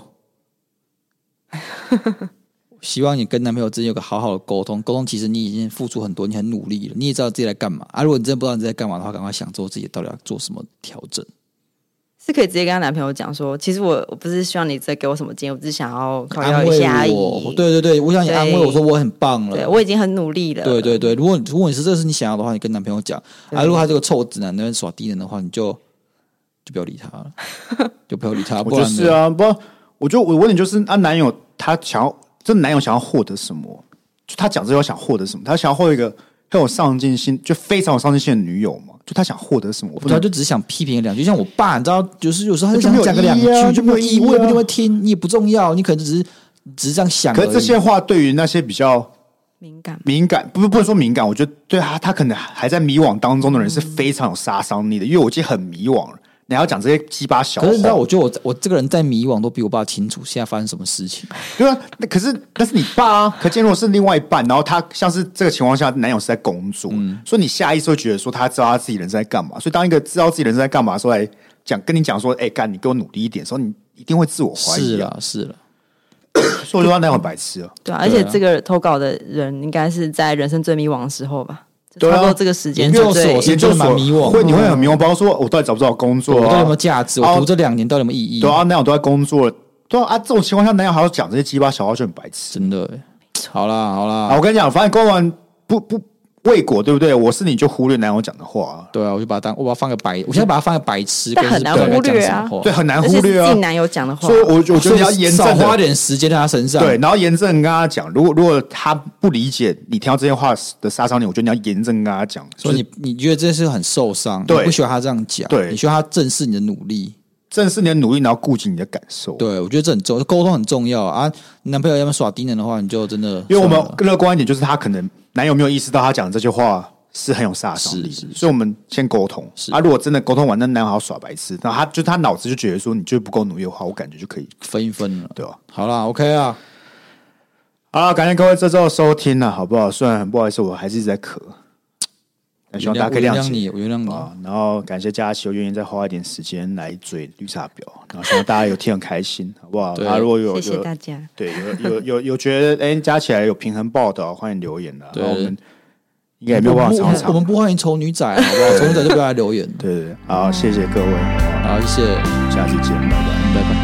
希望你跟男朋友之间有个好好的沟通，沟通其实你已经付出很多，你很努力了，你也知道自己在干嘛啊。如果你真的不知道你在干嘛的话，赶快想做自己到底要做什么调整。 是可以直接跟她男朋友讲说，其实我我不是希望你再给我什么建议，我只是想要靠要一下而已。 对对对，我想你安慰我说我很棒了， 对我已经很努力了。 对对对，如果如果你是这是你想要的话，你跟男朋友讲啊。如果他这个臭直男那边耍低能的话，你就就不要理他了，就不要理他。 我就是啊，不，我就我问你，就是啊，男友他想要。这男友想要获得什么？就他讲这句话想获得什么？他想要获得一个很有上进心，就非常有上进心的女友嘛？就他想获得什么？我不知道， 就只是想批评两句，像我爸，你知道，就是有时候他就想讲个两句，就没有意义，我也不一定会听，你也不重要，你可能只是只是这样想。 可是这些话对于那些比较敏感、 敏感，不不能说敏感，我觉得对他他可能还在迷惘当中的人是非常有杀伤力的，因为我已经很迷惘了。你还要讲这些鸡巴小话， 可是你知道，我觉得我我这个人在迷惘都比我爸清楚现在发生什么事情。 对啊，可是那是你爸啊。可见如果是另外一半，然后他像是这个情况下，男友是在工作，嗯、所以你下意识会觉得说他知道他自己人生在干嘛。所以当一个知道自己人生在干嘛的时候来讲，跟你讲说，哎、欸，干，你给我努力一点的时候，你一定会自我怀疑、啊。 是啦，是啦。 所以我觉得他男友很白痴啊。 对啊，而且这个投稿的人应该是在人生最迷惘的时候吧。 对啊， 差不多这个时间， 研究所研究蛮迷惘， 会你会很迷惘，包括说我到底找不找工作、啊， 我到底有没有价值，我读这两年到底有没有意义？ 对啊，男友都在工作，对啊，啊这种情况下，男友还要讲这些鸡巴小话，就很白痴， 真的。好啦好啦， 啊，我跟你讲，反正公完不不未果，对不对？我是你就忽略男友讲的话、啊， 对啊，我就把它当我把它放个白，我现在把它放个白痴， 但很难忽略啊， 对，很难忽略啊。 自己男友讲的话， 所以我我觉得你要严正少花点时间在他身上， 对，然后严正跟他讲，如果如果他不理解你听到这些话的杀伤力，我觉得你要严正跟他讲， 所以你你觉得这是很受伤， 对， 你不需要他这样讲， 对， 你需要他正视你的努力。 正视你的努力，然后顾及你的感受。 对，我觉得这很重要，沟通很重要啊。男朋友要么耍低能的话，你就真的， 因为我们乐观一点，就是他可能男友没有意识到他讲的这句话是很有杀伤力， 是是是， 所以我们先沟通。啊，如果真的沟通完，那男友还要耍白痴，那他就他脑子就觉得说你就不够努力的话，我感觉就可以分一分了， 对吧？ 好啦 ，OK 啊， 好啦，感谢各位这周的收听了，好不好？虽然很不好意思，我还是一直在咳。希望大家可以谅解你，我原谅你啊。然后感谢佳琪，我愿意再花一点时间来追绿茶婊，然后希望大家有听很开心，好不好？啊，如果有谢谢大家， 对，有有有有觉得哎加起来有平衡报道，欢迎留言的。然后我们应该也没有办法常常， 我们不欢迎丑女仔，好不好？丑女仔就不要来留言。 对对对，好，谢谢各位， 好，谢谢， 下次见，拜拜， 拜拜。